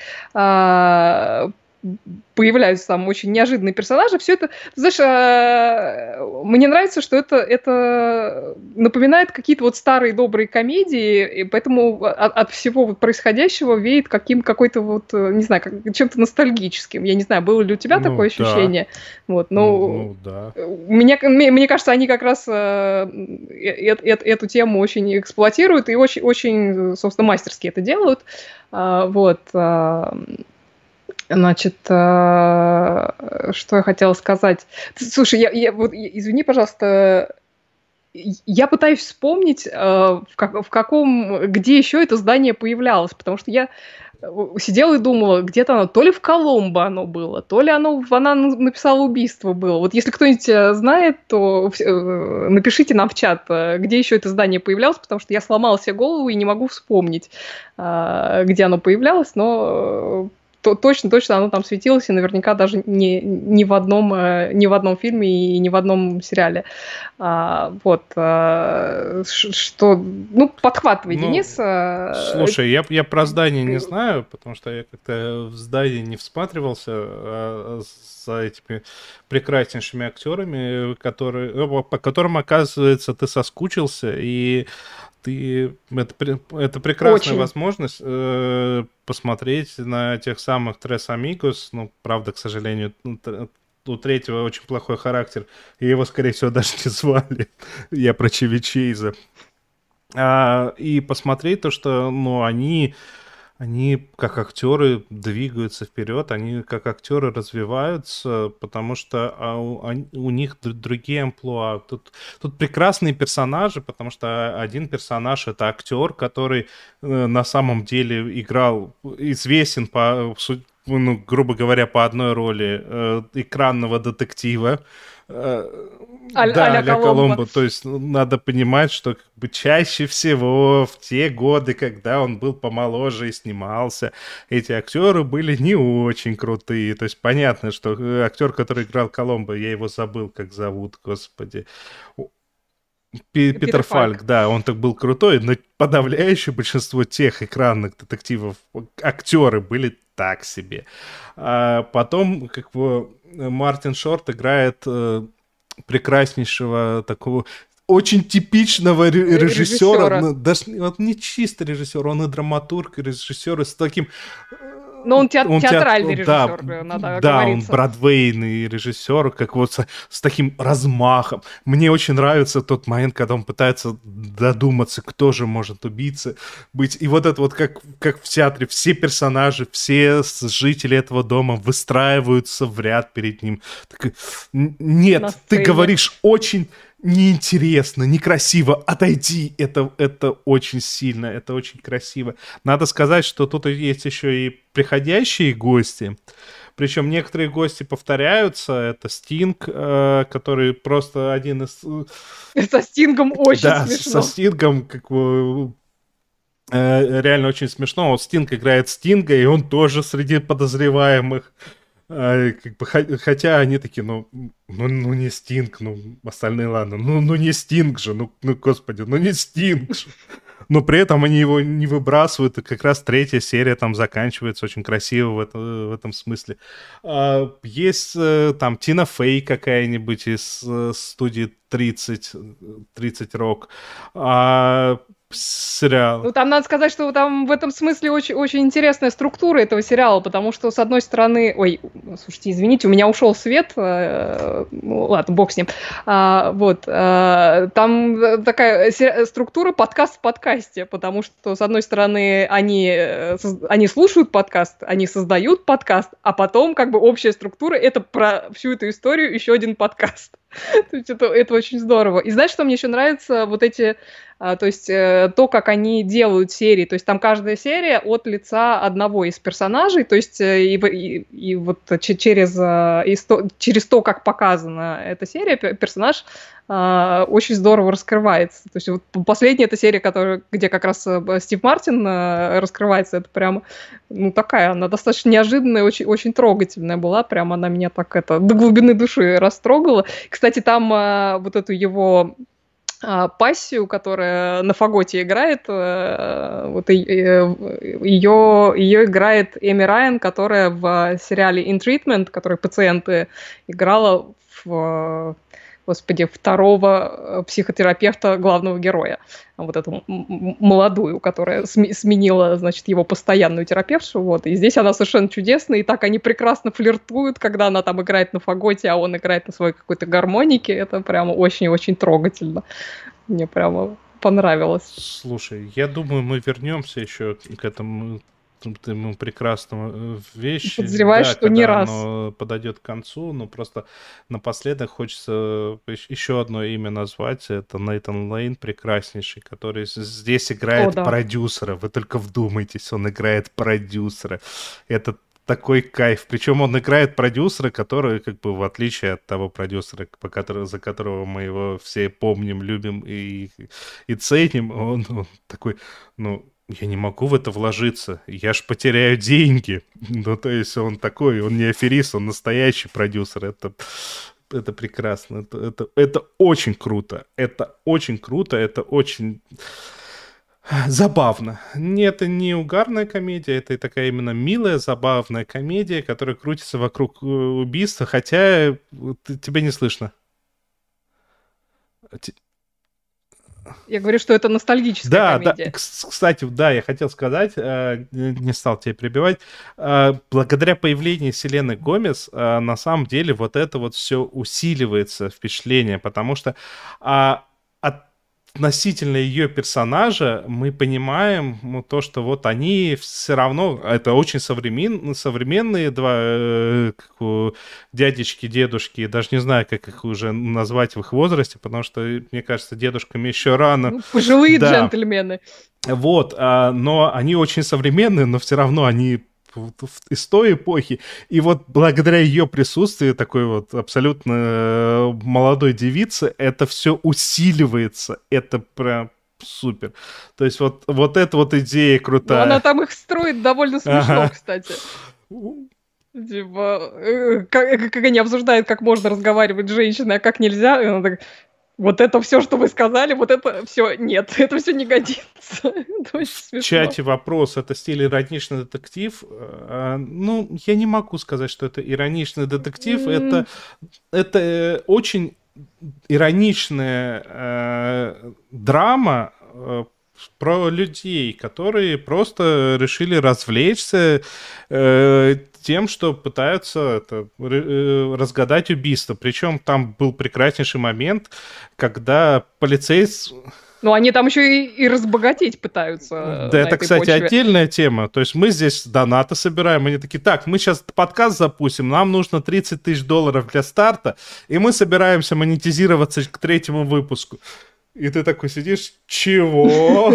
А, Появляются там очень неожиданные персонажи. Все это, ты знаешь, э, мне нравится, что это, это напоминает какие-то вот старые добрые комедии, и поэтому от, от всего вот происходящего веет каким какой-то вот, э, не знаю, как, чем-то ностальгическим. Я не знаю, было ли у тебя Ну, такое да. ощущение? Вот, Ну, но ну, да. мне, мне, мне кажется, они как раз э, э, э, эту тему очень эксплуатируют и очень, очень, собственно, мастерски это делают. А, Вот. а, Значит, э, что я хотела сказать? Слушай, я, я, вот, я- извини, пожалуйста, я пытаюсь вспомнить, э, в, как- в каком, где еще это здание появлялось, потому что я сидела и думала, где-то оно, то ли в Коломбо оно было, то ли оно, она написала убийство было. Вот если кто-нибудь знает, то напишите нам в чат, где еще это здание появлялось, потому что я сломала себе голову и не могу вспомнить, где оно появлялось, но... То, точно, точно оно там светилось, и наверняка даже не, не, в, одном, не в одном фильме и не в одном сериале. А, вот. А, что... Ну, подхватывай, ну, Денис. Слушай, я, я про здание не знаю, потому что я как-то в здание не всматривался а, за этими прекраснейшими актерами, которые, по которым, оказывается, ты соскучился, и ты, это, это прекрасная Очень. возможность э, посмотреть на тех самых Tres Amigos. Ну, правда, к сожалению, у третьего очень плохой характер, и его, скорее всего, даже не звали. Я про Чеви Чейза. А, и посмотреть то, что, ну, они... Они, как актеры, двигаются вперед, они, как актеры, развиваются, потому что а, у, они, у них другие амплуа. Тут, тут прекрасные персонажи, потому что один персонаж — это актер, который э, на самом деле играл, известен, по, ну, грубо говоря, по одной роли э, экранного детектива. Э, А- да, а-ля а-ля Коломбо. Коломбо. То есть ну, надо понимать, что как бы, чаще всего в те годы, когда он был помоложе и снимался, эти актеры были не очень крутые. То есть понятно, что актер, который играл Коломбо, я его забыл, как зовут, господи. Пи- Питер, Питер Фальк, Фальк, да, он так был крутой, но подавляющее большинство тех экранных детективов, актеры были так себе. А потом, как бы, Мартин Шорт играет э, прекраснейшего такого очень типичного ре- режиссера, режиссера. Ну, даже он не чисто режиссер, он и драматург, и режиссер, и с таким... Но он, те- он театральный театр... режиссер, да, надо да, оговориться. он бродвейный режиссер, как вот с, с таким размахом. Мне очень нравится тот момент, когда он пытается додуматься, кто же может убийца быть. И вот это вот как, как в театре, все персонажи, все жители этого дома выстраиваются в ряд перед ним. Так, нет, ты говоришь очень... неинтересно, некрасиво, отойди, это, это очень сильно, это очень красиво. Надо сказать, что тут есть еще и приходящие гости, причем некоторые гости повторяются, это Стинг, э, который просто один из... Со Стингом очень да, смешно. со Стингом, как бы... реально очень смешно, вот Стинг играет Стинга, и он тоже среди подозреваемых. А, как бы, хотя они такие, ну, ну, ну не Стинг, ну, остальные, ладно, ну, ну не Стинг же, ну, ну, господи, ну не Стинг же. Но при этом они его не выбрасывают, и как раз третья серия там заканчивается очень красиво в, это, в этом смысле. А, есть там Тина Фей какая-нибудь из студии тридцать, тридцать Rock. А, сериал. Ну, там надо сказать, что там в этом смысле очень, очень интересная структура этого сериала, потому что, с одной стороны... Ой, слушайте, извините, у меня ушел свет. Э, ну, ладно, бог с ним. А, вот. А, там такая структура подкаст в подкасте, потому что, с одной стороны, они, они слушают подкаст, они создают подкаст, а потом, как бы, общая структура — это про всю эту историю еще один подкаст. То есть это, это очень здорово. И знаешь, что мне еще нравится? Вот эти... То есть то, как они делают серии, то есть там каждая серия от лица одного из персонажей, то есть и, и, и вот через, и сто, через то, как показана эта серия, персонаж э, очень здорово раскрывается. То есть вот последняя эта серия, которая, где как раз Стив Мартин э, раскрывается, это прямо, ну, такая, она достаточно неожиданная, очень, очень трогательная была, прямо она меня так это до глубины души растрогала. Кстати, там э, вот эту его... пассию, которая на фаготе играет, вот ее, ее играет Эми Райан, которая в сериале In Treatment, который «Пациенты» играла в, господи, второго психотерапевта главного героя, вот эту молодую, которая сменила, значит, его постоянную терапевтшу, вот, и здесь она совершенно чудесная, и так они прекрасно флиртуют, когда она там играет на фаготе, а он играет на своей какой-то гармонике, это прямо очень-очень трогательно, мне прямо понравилось. Слушай, я думаю, мы вернемся еще к этому ему прекрасному вещи. Подозреваешь, да, что не раз. Оно подойдет к концу, но просто напоследок хочется еще одно имя назвать. Это Нейтан Лейн, прекраснейший, который здесь играет О, да. продюсера. Вы только вдумайтесь, он играет продюсера. Это такой кайф. Причем он играет продюсера, который, как бы, в отличие от того продюсера, по которому, за которого мы его все помним, любим и, и ценим, он, он такой, ну, я не могу в это вложиться, я ж потеряю деньги. Ну, то есть он такой, он не аферист, он настоящий продюсер. Это, это прекрасно. Это, это, это очень круто. Это очень круто, это очень... забавно. Нет, это не угарная комедия, это такая именно милая, забавная комедия, которая крутится вокруг убийства, хотя тебя не слышно. Я говорю, что это ностальгическая да, комедия. Да, кстати, да, я хотел сказать, не стал тебя перебивать, благодаря появлению Селены Гомес, на самом деле вот это вот все усиливается, впечатление, потому что от относительно ее персонажа мы понимаем ну, то, что вот они все равно, это очень современ, современные два э, как, дядечки, дедушки, даже не знаю, как их уже назвать в их возрасте, потому что, мне кажется, дедушкам еще рано. Ну, пожилые да. джентльмены. Вот, а, но они очень современные, но все равно они из той эпохи, и вот благодаря ее присутствию, такой вот абсолютно молодой девицы, это все усиливается, это прям супер. То есть вот, вот эта вот идея крутая. Но она там их строит довольно смешно, ага. кстати. Типа, как, как они обсуждают, как можно разговаривать с женщиной, а как нельзя, и она так... Вот это все, что вы сказали, вот это все нет, это все не годится. В чате вопрос, это стиль ироничный детектив? Ну, я не могу сказать, что это ироничный детектив, mm. это, это очень ироничная э, драма э, про людей, которые просто решили развлечься э, тем, что пытаются это, э, разгадать убийство. Причем там был прекраснейший момент, когда полицейский... Ну, они там еще и, и разбогатеть пытаются. Да, это, кстати, почве. Отдельная тема. То есть мы здесь донаты собираем, они такие, так, мы сейчас подкаст запустим, нам нужно тридцать тысяч долларов для старта, и мы собираемся монетизироваться к третьему выпуску. И ты такой сидишь, чего?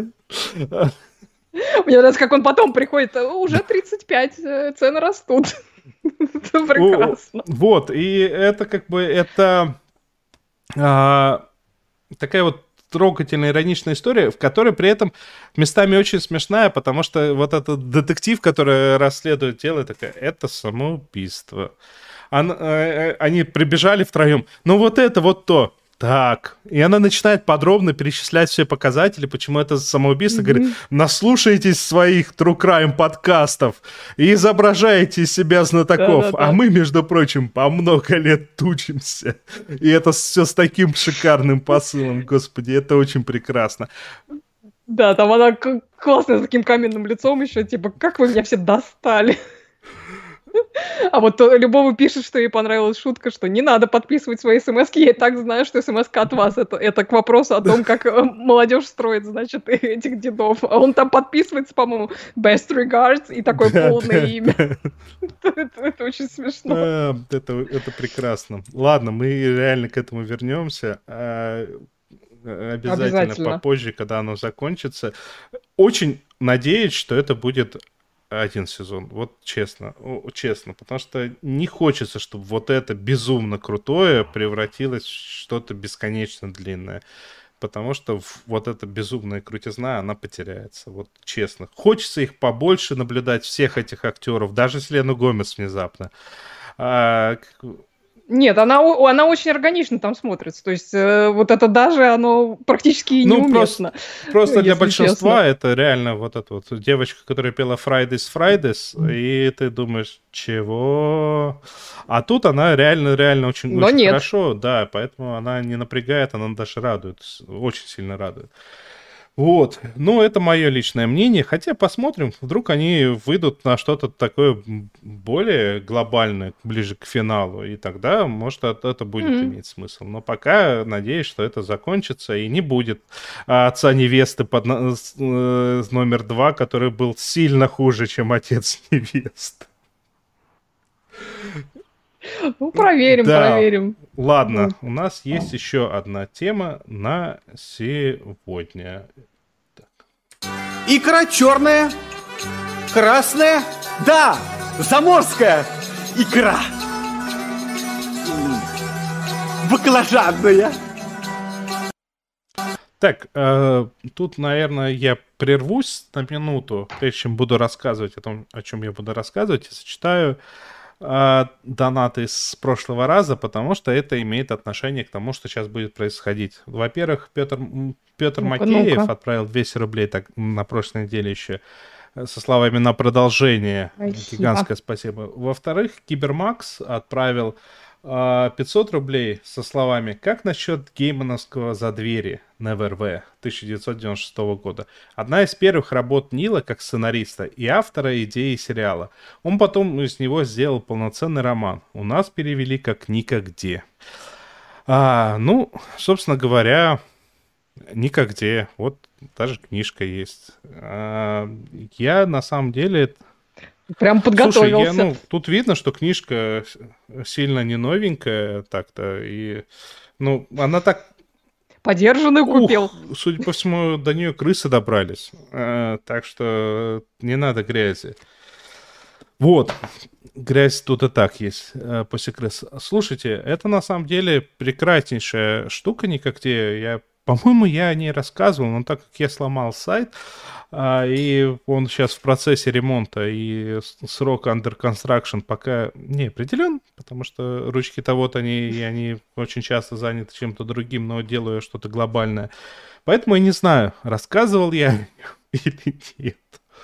Мне нравится, как он потом приходит, уже тридцать пять, цены растут. Это прекрасно. Вот, и это как бы, это а, такая вот трогательная, ироничная история, в которой при этом местами очень смешная, потому что вот этот детектив, который расследует дело, такая, это самоубийство. Он, э, они прибежали втроем, ну вот это вот то. Так, и она начинает подробно перечислять все показатели, почему это самоубийство, mm-hmm. говорит, наслушайтесь своих True Crime подкастов и изображаете из себя знатоков, да-да-да. А мы, между прочим, по много лет тучимся. И это все с таким шикарным посылом, господи, это очень прекрасно. Да, там она классная, с таким каменным лицом еще, типа, как вы меня все достали. А вот Любову пишет, что ей понравилась шутка, что не надо подписывать свои смс-ки, я и так знаю, что смс-ка от вас. Это, это к вопросу о том, как молодежь строит, значит, этих дедов. А он там подписывается, по-моему, best regards и такое да, полное да, имя. Да. это, это очень смешно. А, это, это прекрасно. Ладно, мы реально к этому вернемся. Обязательно, Обязательно попозже, когда оно закончится. Очень надеюсь, что это будет... один сезон, вот честно, честно, потому что не хочется, чтобы вот это безумно крутое превратилось в что-то бесконечно длинное, потому что вот эта безумная крутизна, она потеряется, вот честно. Хочется их побольше наблюдать, всех этих актеров, даже Селену Гомес внезапно. А... Нет, она, она очень органично там смотрится. То есть э, вот это даже, оно практически ну, неуместно. Просто, просто для большинства честно. Это реально вот эта вот девочка, которая пела Fridays, Fridays, mm. и ты думаешь, чего? А тут она реально, реально очень, очень хорошо, да, поэтому она не напрягает, она даже радует, очень сильно радует. Вот, ну, это мое личное мнение, хотя посмотрим, вдруг они выйдут на что-то такое более глобальное, ближе к финалу, и тогда, может, это будет mm-hmm. иметь смысл. Но пока надеюсь, что это закончится и не будет отца невесты под номер два, который был сильно хуже, чем отец невесты. Ну, проверим, да. проверим. Ладно, у нас есть еще одна тема на сегодня. Так. Икра черная, красная, да, заморская икра. Баклажанная. Так, э, тут, наверное, я прервусь на минуту, прежде чем буду рассказывать о том, о чем я буду рассказывать, и зачитаю донаты с прошлого раза, потому что это имеет отношение к тому, что сейчас будет происходить. Во-первых, Петр, Петр ну-ка, Макеев ну-ка. отправил двести рублей так, на прошлой неделе еще со словами «на продолжение». Спасибо. Гигантское спасибо. Во-вторых, Кибермакс отправил э, пятьсот рублей со словами «как насчет геймановского «За двери» Neverwhere тысяча девятьсот девяносто шестого года. Одна из первых работ Нила как сценариста и автора идеи сериала. Он потом из него сделал полноценный роман. У нас перевели как «Никогде». А, ну, собственно говоря, «Никогде». Вот даже книжка есть. А, я на самом деле... Прям подготовился. Слушай, я, ну, тут видно, что книжка сильно не новенькая так-то. И, ну, она так... Подержанную купил. Ух, судя по всему, до нее крысы добрались. А, так что не надо грязи. Вот. Грязь тут и так есть а, после крыс. Слушайте, это на самом деле прекраснейшая штука «Никогде». Я, по-моему, я о ней рассказывал, но так как я сломал сайт, а, и он сейчас в процессе ремонта, и срок under construction пока не определен, потому что ручки-то вот они, и они очень часто заняты чем-то другим, но делаю что-то глобальное. Поэтому я не знаю, рассказывал я или нет.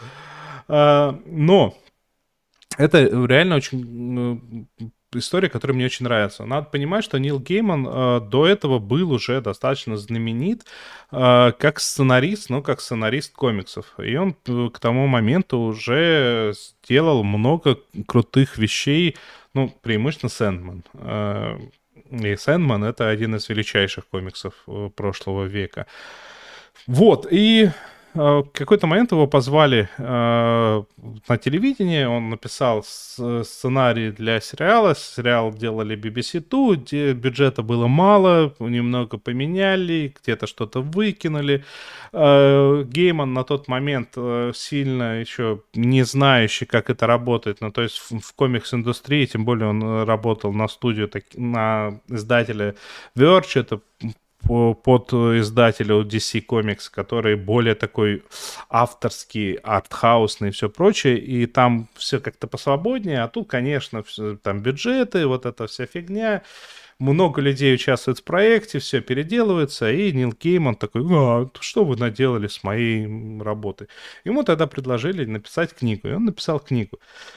А, но это реально очень история, которая мне очень нравится. Надо понимать, что Нил Гейман э, до этого был уже достаточно знаменит э, как сценарист, ну, как сценарист комиксов. И он э, к тому моменту уже сделал много крутых вещей, ну, преимущественно Сэндман. Э, и Сэндман — это один из величайших комиксов э, прошлого века. Вот, и... В какой-то момент его позвали э, на телевидение, он написал с- сценарий для сериала, сериал делали би би си два, где бюджета было мало, немного поменяли, где-то что-то выкинули. Э, Гейман на тот момент э, сильно еще не знающий, как это работает, ну, то есть в, в комикс-индустрии, тем более он работал на студию, так, на издателя Verge, это под издателя ди си Comics, который более такой авторский, артхаусный и все прочее, и там все как-то посвободнее, а тут, конечно, все, там бюджеты, вот эта вся фигня, много людей участвует в проекте, все переделывается, и Нил Гейман такой: а, что вы наделали с моей работой? Ему тогда предложили написать книгу, и он написал книгу.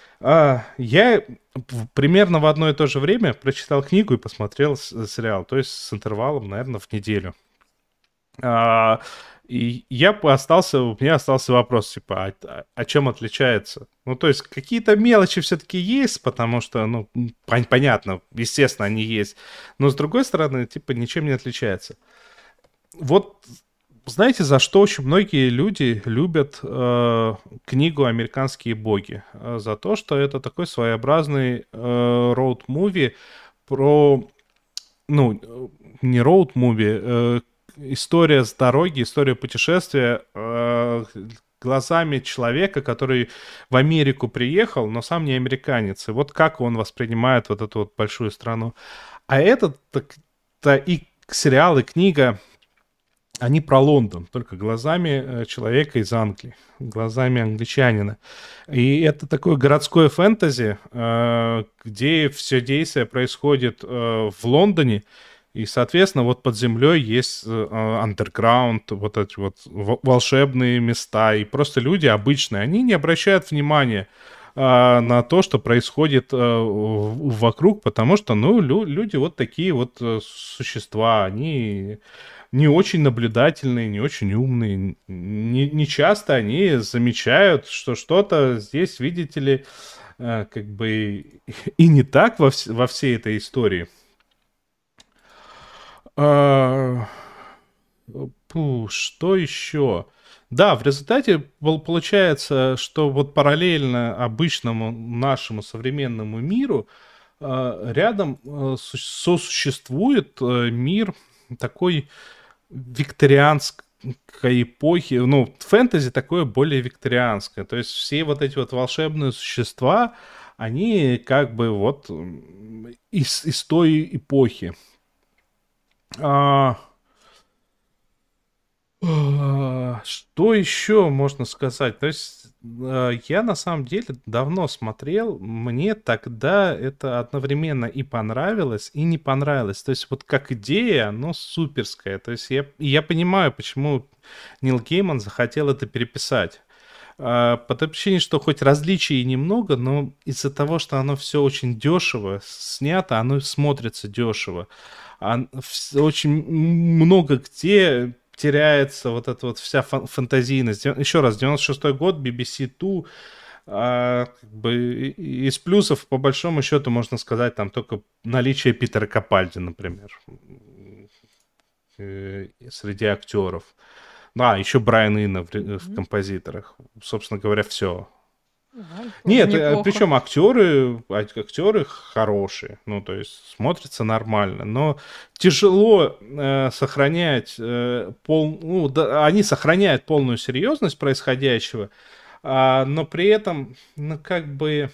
Я примерно в одно и то же время прочитал книгу и посмотрел сериал, то есть с интервалом, наверное, в неделю. И я остался, у меня остался вопрос, типа, а, о чем отличается? Ну, то есть какие-то мелочи все-таки есть, потому что, ну, пон- понятно, естественно, они есть, но с другой стороны, типа, ничем не отличается. Вот... Знаете, за что очень многие люди любят э, книгу «Американские боги»? За то, что это такой своеобразный роуд-муви про... Ну, не роуд-муви, э, история с дороги, история путешествия э, глазами человека, который в Америку приехал, но сам не американец. И вот как он воспринимает вот эту вот большую страну. А этот так, и сериал, и книга... Они про Лондон, только глазами человека из Англии, глазами англичанина. И это такое городское фэнтези, где все действие происходит в Лондоне, и, соответственно, вот под землей есть андерграунд, вот эти вот волшебные места, и просто люди обычные, они не обращают внимания на то, что происходит вокруг, потому что, ну, люди вот такие вот существа, они... не очень наблюдательные, не очень умные. Не, не часто они замечают, что что-то здесь, видите ли, э, как бы и не так во, вс- во всей этой истории. А, пу, что еще? Да, в результате пол- получается, что вот параллельно обычному нашему современному миру э, рядом э, су- сосуществует э, мир такой викторианской эпохи. Ну, фэнтези такое более викторианское. То есть все вот эти вот волшебные существа, они как бы вот м, из, из той эпохи. А, а, Что еще можно сказать? То есть э, я на самом деле давно смотрел, мне тогда это одновременно и понравилось, и не понравилось. То есть вот как идея, оно суперское. То есть я, и я понимаю, почему Нил Гейман захотел это переписать. А, По той причине, что хоть различий и немного, но из-за того, что оно все очень дешево снято, оно смотрится дешево. А вс- очень много где теряется вот эта вот вся фан- фантазийность. Дев- Еще раз, девяносто шестой год, би би си Two, а, как бы и- из плюсов, по большому счету, можно сказать, там только наличие Питера Капальди, например, э, среди актеров. Да, еще Брайан Ино в, ре- в композиторах. Собственно говоря, все. Да, тоже Нет, э, неплохо. причем актеры, а- актеры хорошие, ну, то есть смотрится нормально, но тяжело э, сохранять э, пол, ну, да, они сохраняют полную серьезность происходящего, а, но при этом, ну, как бы,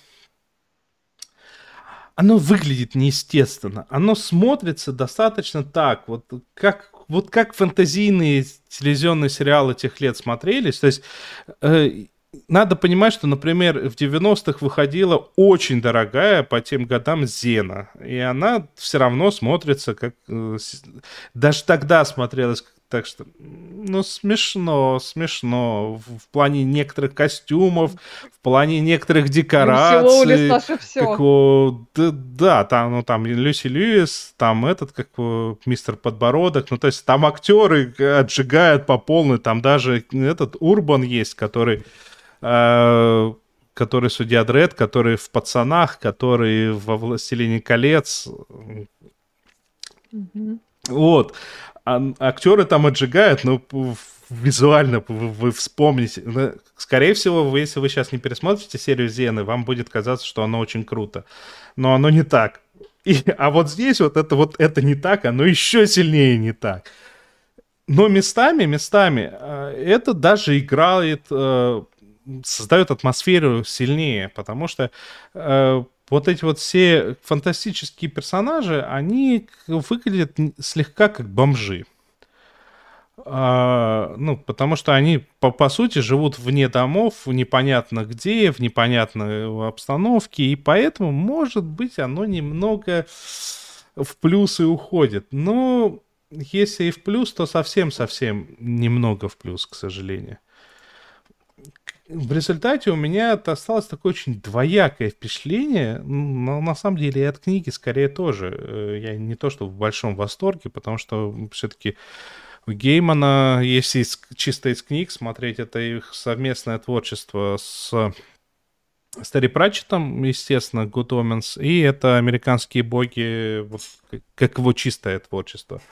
оно выглядит неестественно, оно смотрится достаточно так, вот как, вот как фэнтезийные телевизионные сериалы тех лет смотрелись, то есть э, надо понимать, что, например, в девяностых выходила очень дорогая по тем годам Зена, и она все равно смотрится как... э, с- Даже тогда смотрелась как- так, что... Ну, смешно, смешно. В в плане некоторых костюмов, в плане некоторых Люси Лоулис декораций. наше все. Как у- да, да, там, ну, там Люси Льюис, там этот, как у, мистер Подбородок, ну, то есть там актеры отжигают по полной, там даже этот Урбан есть, который, э, который судья Дред, который в «Пацанах», который во «Властелине колец». Мгм. Вот. А- актеры там отжигают, но п- визуально вы, вы вспомните. Ну, скорее всего, вы, если вы сейчас не пересмотрите серию Зены, вам будет казаться, что оно очень круто. Но оно не так. И- а вот здесь вот это вот это не так, оно еще сильнее не так. Но местами, местами э, это даже играет, э, создает атмосферу сильнее, потому что э, вот эти вот все фантастические персонажи, они к- выглядят н- слегка как бомжи. А, ну, потому что они, по, по сути, живут вне домов, непонятно где, в непонятной обстановке, и поэтому, может быть, оно немного в плюсы уходит. Но если и в плюс, то совсем-совсем немного в плюс, к сожалению. В результате у меня это осталось такое очень двоякое впечатление, но на самом деле и от книги скорее тоже. Э, Я не то что в большом восторге, потому что все-таки у Геймана, если из- чисто из книг смотреть, это их совместное творчество с с Терри Пратчеттом, естественно, Good Omens, и это «Американские боги», вот, как как его чистое творчество.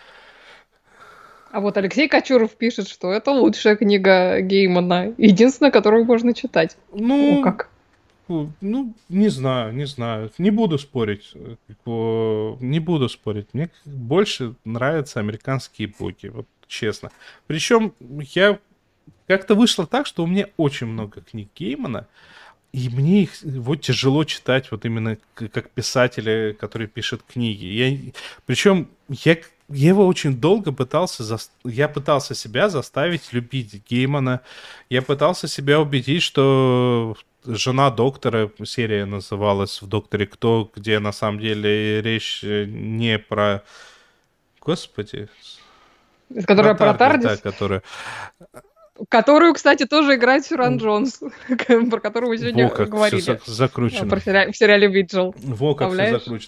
А вот Алексей Кочуров пишет, что это лучшая книга Геймана. Единственная, которую можно читать. О, Ну, как. Фу, ну, не знаю, не знаю. Не буду спорить. э, как бы, Не буду спорить. Мне больше нравятся «Американские боги», вот честно. Причем я как-то вышло так, что у меня очень много книг Геймана, и мне их вот тяжело читать вот именно к- как писателя, который пишет книги. Я, причем я, к- я его очень долго пытался, зас- я пытался себя заставить любить Геймана. Я пытался себя убедить, что «Жена доктора», серия называлась в «Докторе Кто», где на самом деле речь э, не про... Господи. Которая про Тардис, да, Тардис. которая... Которую, кстати, тоже играет Сюран Джонс. Про которую мы сегодня Во как все говорили. закручено. Про сериале- В сериале «Виджел». Во как все Представляешь? закручено.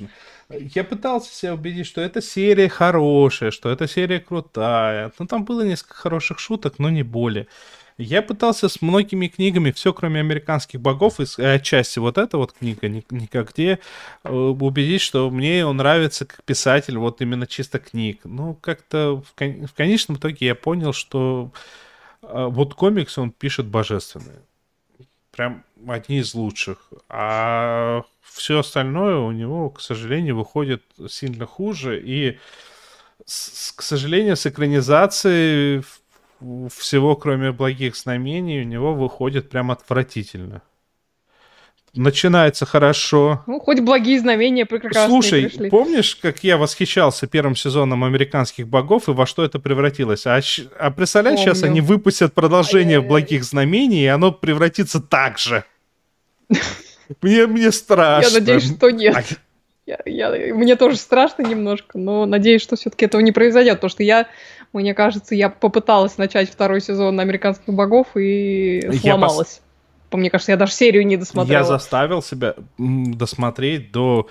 Я пытался себя убедить, что эта серия хорошая, что эта серия крутая. Ну, там было несколько хороших шуток, но не более. Я пытался с многими книгами, все кроме «Американских богов», и отчасти вот эта вот книга, «Никогде», убедить, что мне он нравится как писатель, вот именно чисто книг. Ну, как-то в, кон- в конечном итоге я понял, что а, вот комикс он пишет божественные. Прям одни из лучших. А все остальное у него, к сожалению, выходит сильно хуже. И, с- к сожалению, с экранизацией всего, кроме «Благих знамений», у него выходит прям отвратительно. Начинается хорошо. Ну, хоть благие знамения прекрасные Слушай, пришли. помнишь, как я восхищался первым сезоном «Американских богов» и во что это превратилось? А, щ- а представляешь, сейчас Помню. они выпустят продолжение Ай-яй-яй. «Благих знамений», и оно превратится так же. Мне, мне страшно. Я надеюсь, что А, нет. Я, я- мне тоже страшно немножко, но надеюсь, что все-таки этого не произойдет, потому что я, мне кажется, я попыталась начать второй сезон «Американских богов» и Я сломалась. По Мне кажется, я даже серию не досмотрела. Я заставил себя м, досмотреть до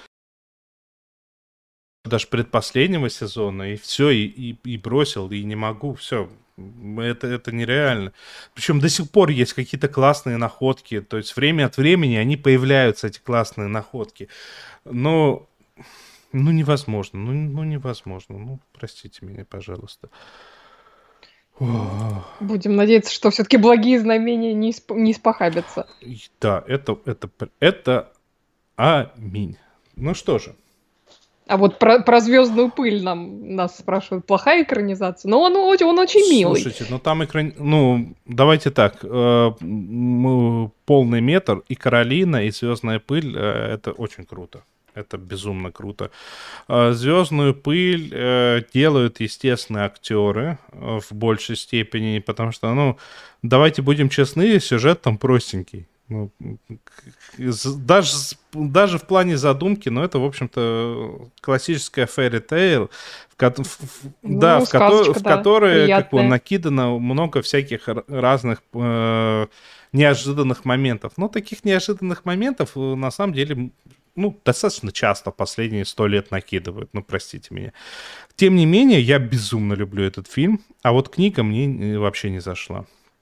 даже предпоследнего сезона, и все, и, и, и бросил, и не могу, все. Это, это нереально. Причем до сих пор есть какие-то классные находки, то есть время от времени они появляются, эти классные находки. Но, ну, невозможно, ну, ну невозможно. Ну, простите меня, пожалуйста. Ох. Будем надеяться, что все-таки благие знамения не, исп- не испохабятся. И Да, это, это, это аминь. Ну что же. А вот про, про звездную пыль нам нас спрашивают, плохая экранизация? Но он, очень- он очень милый. Слушайте, ну там экран... Ну, давайте так. э, м, полный метр и «Каролина», и «Звездная пыль» э, это очень круто. Это безумно круто. Э, «Звездную пыль» э, делают, естественно, актеры э, в большей степени, потому что, ну, давайте будем честны, сюжет там простенький. Ну, к- з- даже, с- даже в плане задумки, но это, в общем-то, классическая fairy tale, в, ко- в- в- Ну, да, в, кото- сказочка, в да, которой как бы, приятная. накидано много всяких р- разных э, неожиданных моментов. Но таких неожиданных моментов, э, на самом деле, м, ну, достаточно часто последние сто лет накидывают, ну, простите меня. Тем не менее, я безумно люблю этот фильм, а вот книга мне э, вообще не зашла.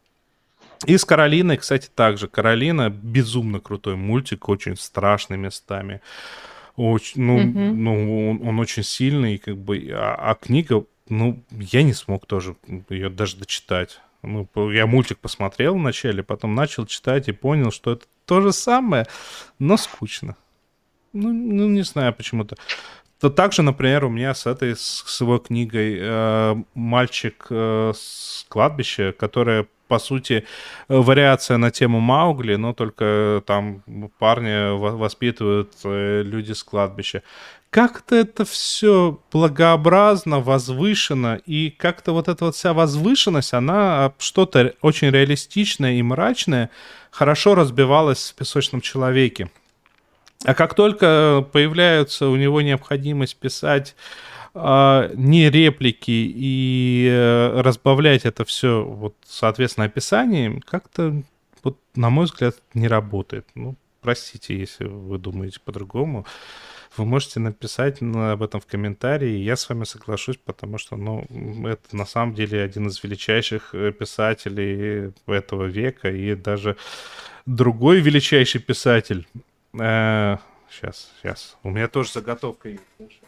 И с «Каролиной», кстати, также. «Каролина» безумно крутой мультик, очень страшный местами. Очень, ну, Мгм. ну он, он очень сильный, как бы, а, а книга, ну, я не смог тоже ее даже дочитать. Ну, по- я мультик посмотрел вначале, потом начал читать и понял, что это то же самое, но скучно. Ну, ну не знаю почему-то. То также, например, у меня с этой, с, с его книгой э, «Мальчик э, с кладбища», которая, по сути, э, вариация на тему Маугли, но только там парня во- воспитывают э, люди с кладбища. Как-то это все благообразно, возвышенно, и как-то вот эта вот вся возвышенность, она что-то ре- очень реалистичное и мрачное хорошо разбивалась в «Песочном человеке». А как только появляется у него необходимость писать а, не реплики и э, разбавлять это все, вот, соответственно, описанием, как-то, вот, на мой взгляд, не работает. Ну, простите, если вы думаете по-другому. Вы можете написать на- об этом в комментарии, и я с вами соглашусь, потому что, ну, это на самом деле один из величайших э, писателей этого века, и даже другой величайший писатель. Э, Сейчас, сейчас. У меня тоже заготовка есть.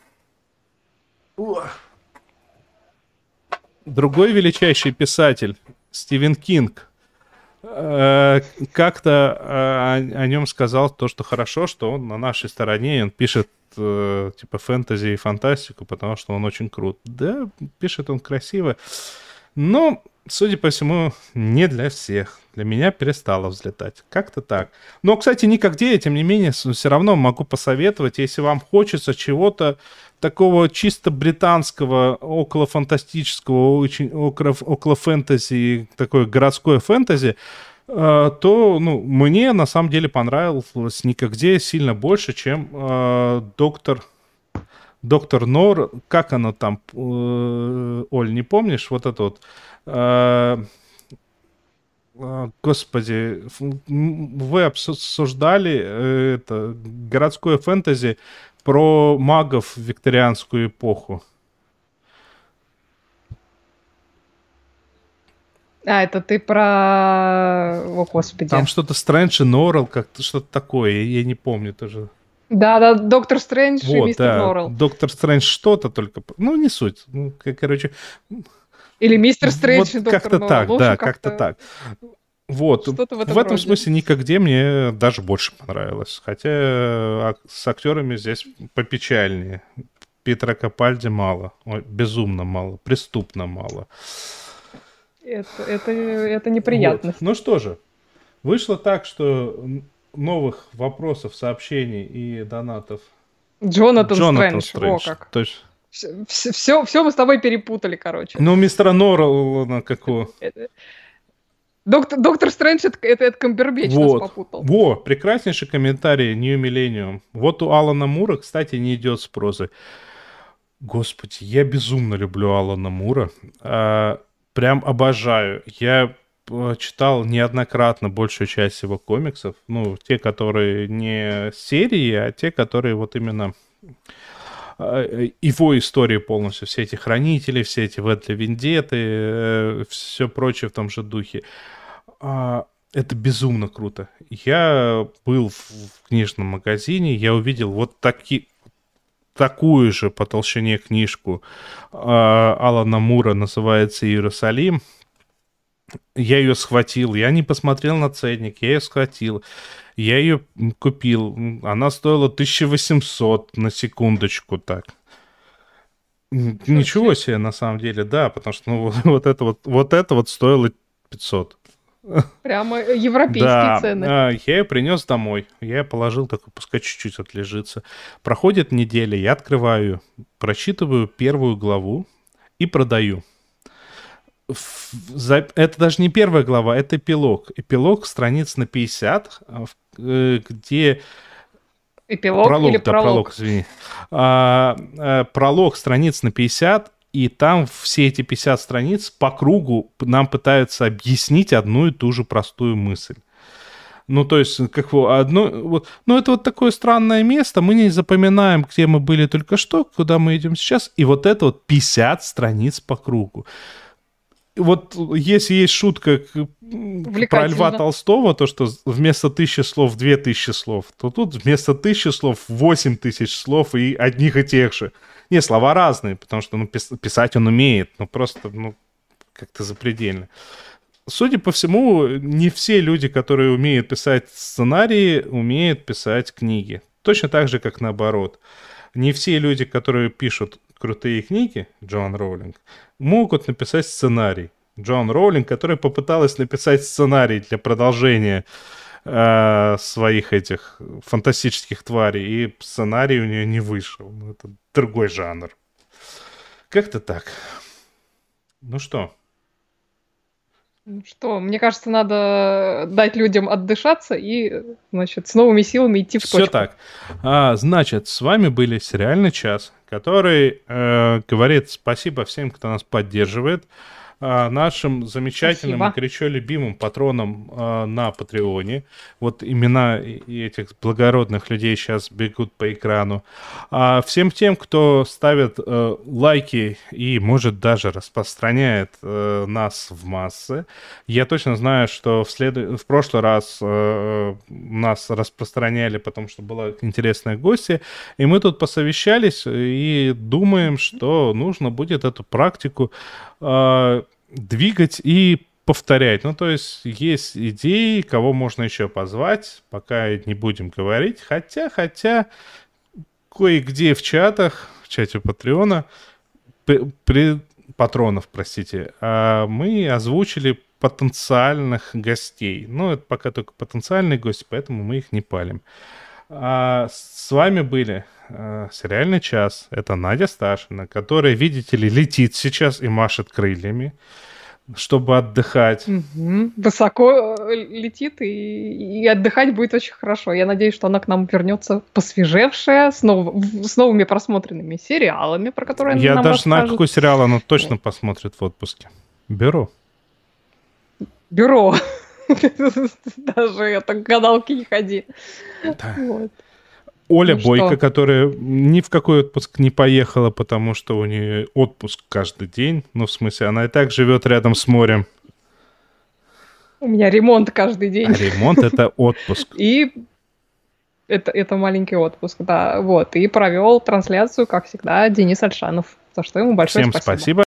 О. Другой величайший писатель, Стивен Кинг, э, как-то э, о, о нем сказал то, что хорошо, что он на нашей стороне, и он пишет э, типа фэнтези и фантастику, потому что он очень крут. Да, пишет он красиво, но, судя по всему, не для всех. Для меня перестало взлетать. Как-то так. Но, кстати, никогде, тем не менее, все равно могу посоветовать, если вам хочется чего-то такого чисто британского, околофантастического, очень около, около фэнтези, такое городское фэнтези, э, то, ну, мне на самом деле понравилось никогде сильно больше, чем э, доктор... Доктор Нор, как оно там, э, Оль, не помнишь? Вот это вот... Э, Господи, вы обсуждали это городское фэнтези про магов в викторианскую эпоху. А, это ты про... О, Господи. Там что-то Стрэндж и Норрелл, как-то что-то такое, я не помню тоже. Да, да, Доктор Стрэндж вот, и Мистер да. Норрелл. Доктор Стрэндж что-то только... Ну, не суть. Ну, короче... Или Мистер Стрэндж вот и Доктор как-то Норрелл. так, В общем, да, как-то... как-то так. Вот. В этом, в этом смысле никогде мне даже больше понравилось. Хотя с актерами здесь попечальнее. Питера Капальди мало. Ой, безумно мало. Преступно мало. Это, это, это неприятно. Вот. Ну что же. Вышло так, что новых вопросов, сообщений и донатов. Джонатан, Джонатан Стрэндж. Стрэндж. О, как. То есть... Все, все, все мы с тобой перепутали, короче. Ну, мистера Норрелла какого? Доктор, Доктор Стрэндж это, это, это Камбербэтч вот. нас попутал. Во, прекраснейший комментарий New Millennium. Вот у Алана Мура, кстати, не идет с прозы. Господи, я безумно люблю Алана Мура. А, прям обожаю. Я читал неоднократно большую часть его комиксов. Ну, те, которые не серии, а те, которые вот именно... его истории полностью, все эти хранители, все эти В для Вендетты, все прочее в том же духе. Это безумно круто. Я был в книжном магазине, я увидел вот таки, такую же по толщине книжку Алана Мура, называется «Иерусалим». Я ее схватил, я не посмотрел на ценник, я ее схватил. Я ее купил. Она стоила тысяча восемьсот, на секундочку так. Ничего себе, на самом деле, да, потому что ну, вот, это вот, вот это вот стоило пятьсот. Прямо европейские да, цены. Я ее принес домой. Я положил, такой, пускай чуть-чуть отлежится. Проходит неделя, я открываю ее, прочитываю первую главу и продаю. Это даже не первая глава, это эпилог. Эпилог страниц на пятьдесят, где... Эпилог пролог, или да, пролог? пролог, извини. А, а, пролог страниц на пятьдесят, и там все эти пятьдесят страниц по кругу нам пытаются объяснить одну и ту же простую мысль. Ну, то есть, как одно... Вот, ну, это вот такое странное место, мы не запоминаем, где мы были только что, куда мы идем сейчас, и вот это вот пятьдесят страниц по кругу. Вот если есть шутка про Льва Толстого, то что вместо тысячи слов две тысячи слов, то тут вместо тысячи слов восемь тысяч слов и одних и тех же. Не, слова разные, потому что ну, писать он умеет, но просто ну, как-то запредельно. Судя по всему, не все люди, которые умеют писать сценарии, умеют писать книги. Точно так же, как наоборот. Не все люди, которые пишут крутые книги, Джоан Роулинг, могут написать сценарий. Джоан Роулинг, которая попыталась написать сценарий для продолжения э, своих этих фантастических тварей, и сценарий у нее не вышел. Ну, это другой жанр. Как-то так. Ну что? Что, мне кажется, надо дать людям отдышаться и, значит, с новыми силами идти в точку. Все так. А, значит, с вами были «Сериальный час», который э, говорит спасибо всем, кто нас поддерживает, э, нашим замечательным спасибо. И горячо любимым патронам э, на Патреоне. Вот имена этих благородных людей сейчас бегут по экрану. А всем тем, кто ставит э, лайки и, может, даже распространяет э, нас в массы. Я точно знаю, что в, след... в прошлый раз э, нас распространяли, потому что была интересная гостья, и мы тут посовещались и думаем, что нужно будет эту практику э, двигать и повторять. Ну, то есть есть идеи, кого можно еще позвать, пока не будем говорить. Хотя, хотя, кое-где в чатах, в чате Патреона, при, при, патронов, простите, мы озвучили потенциальных гостей. Ну, это пока только потенциальные гости, поэтому мы их не палим. А с вами были а, «Сериальный час». Это Надя Сташина, которая, видите ли, летит сейчас и машет крыльями, чтобы отдыхать. Угу. Высоко летит, и, и отдыхать будет очень хорошо. Я надеюсь, что она к нам вернется посвежевшая, с, нов... с новыми просмотренными сериалами, про которые она Я нам даже расскажет. знаю, какой сериал она точно посмотрит в отпуске. «Бюро». «Бюро». Даже это к гадалке не ходи. Да. Вот. Оля Ну Бойко, что? которая ни в какой отпуск не поехала, потому что у нее отпуск каждый день. Ну, в смысле, она и так живет рядом с морем. У меня ремонт каждый А день. ремонт — это отпуск. И это, это маленький отпуск, да. Вот. И провел трансляцию, как всегда, Денис Альшанов. За что ему большое Всем спасибо. спасибо.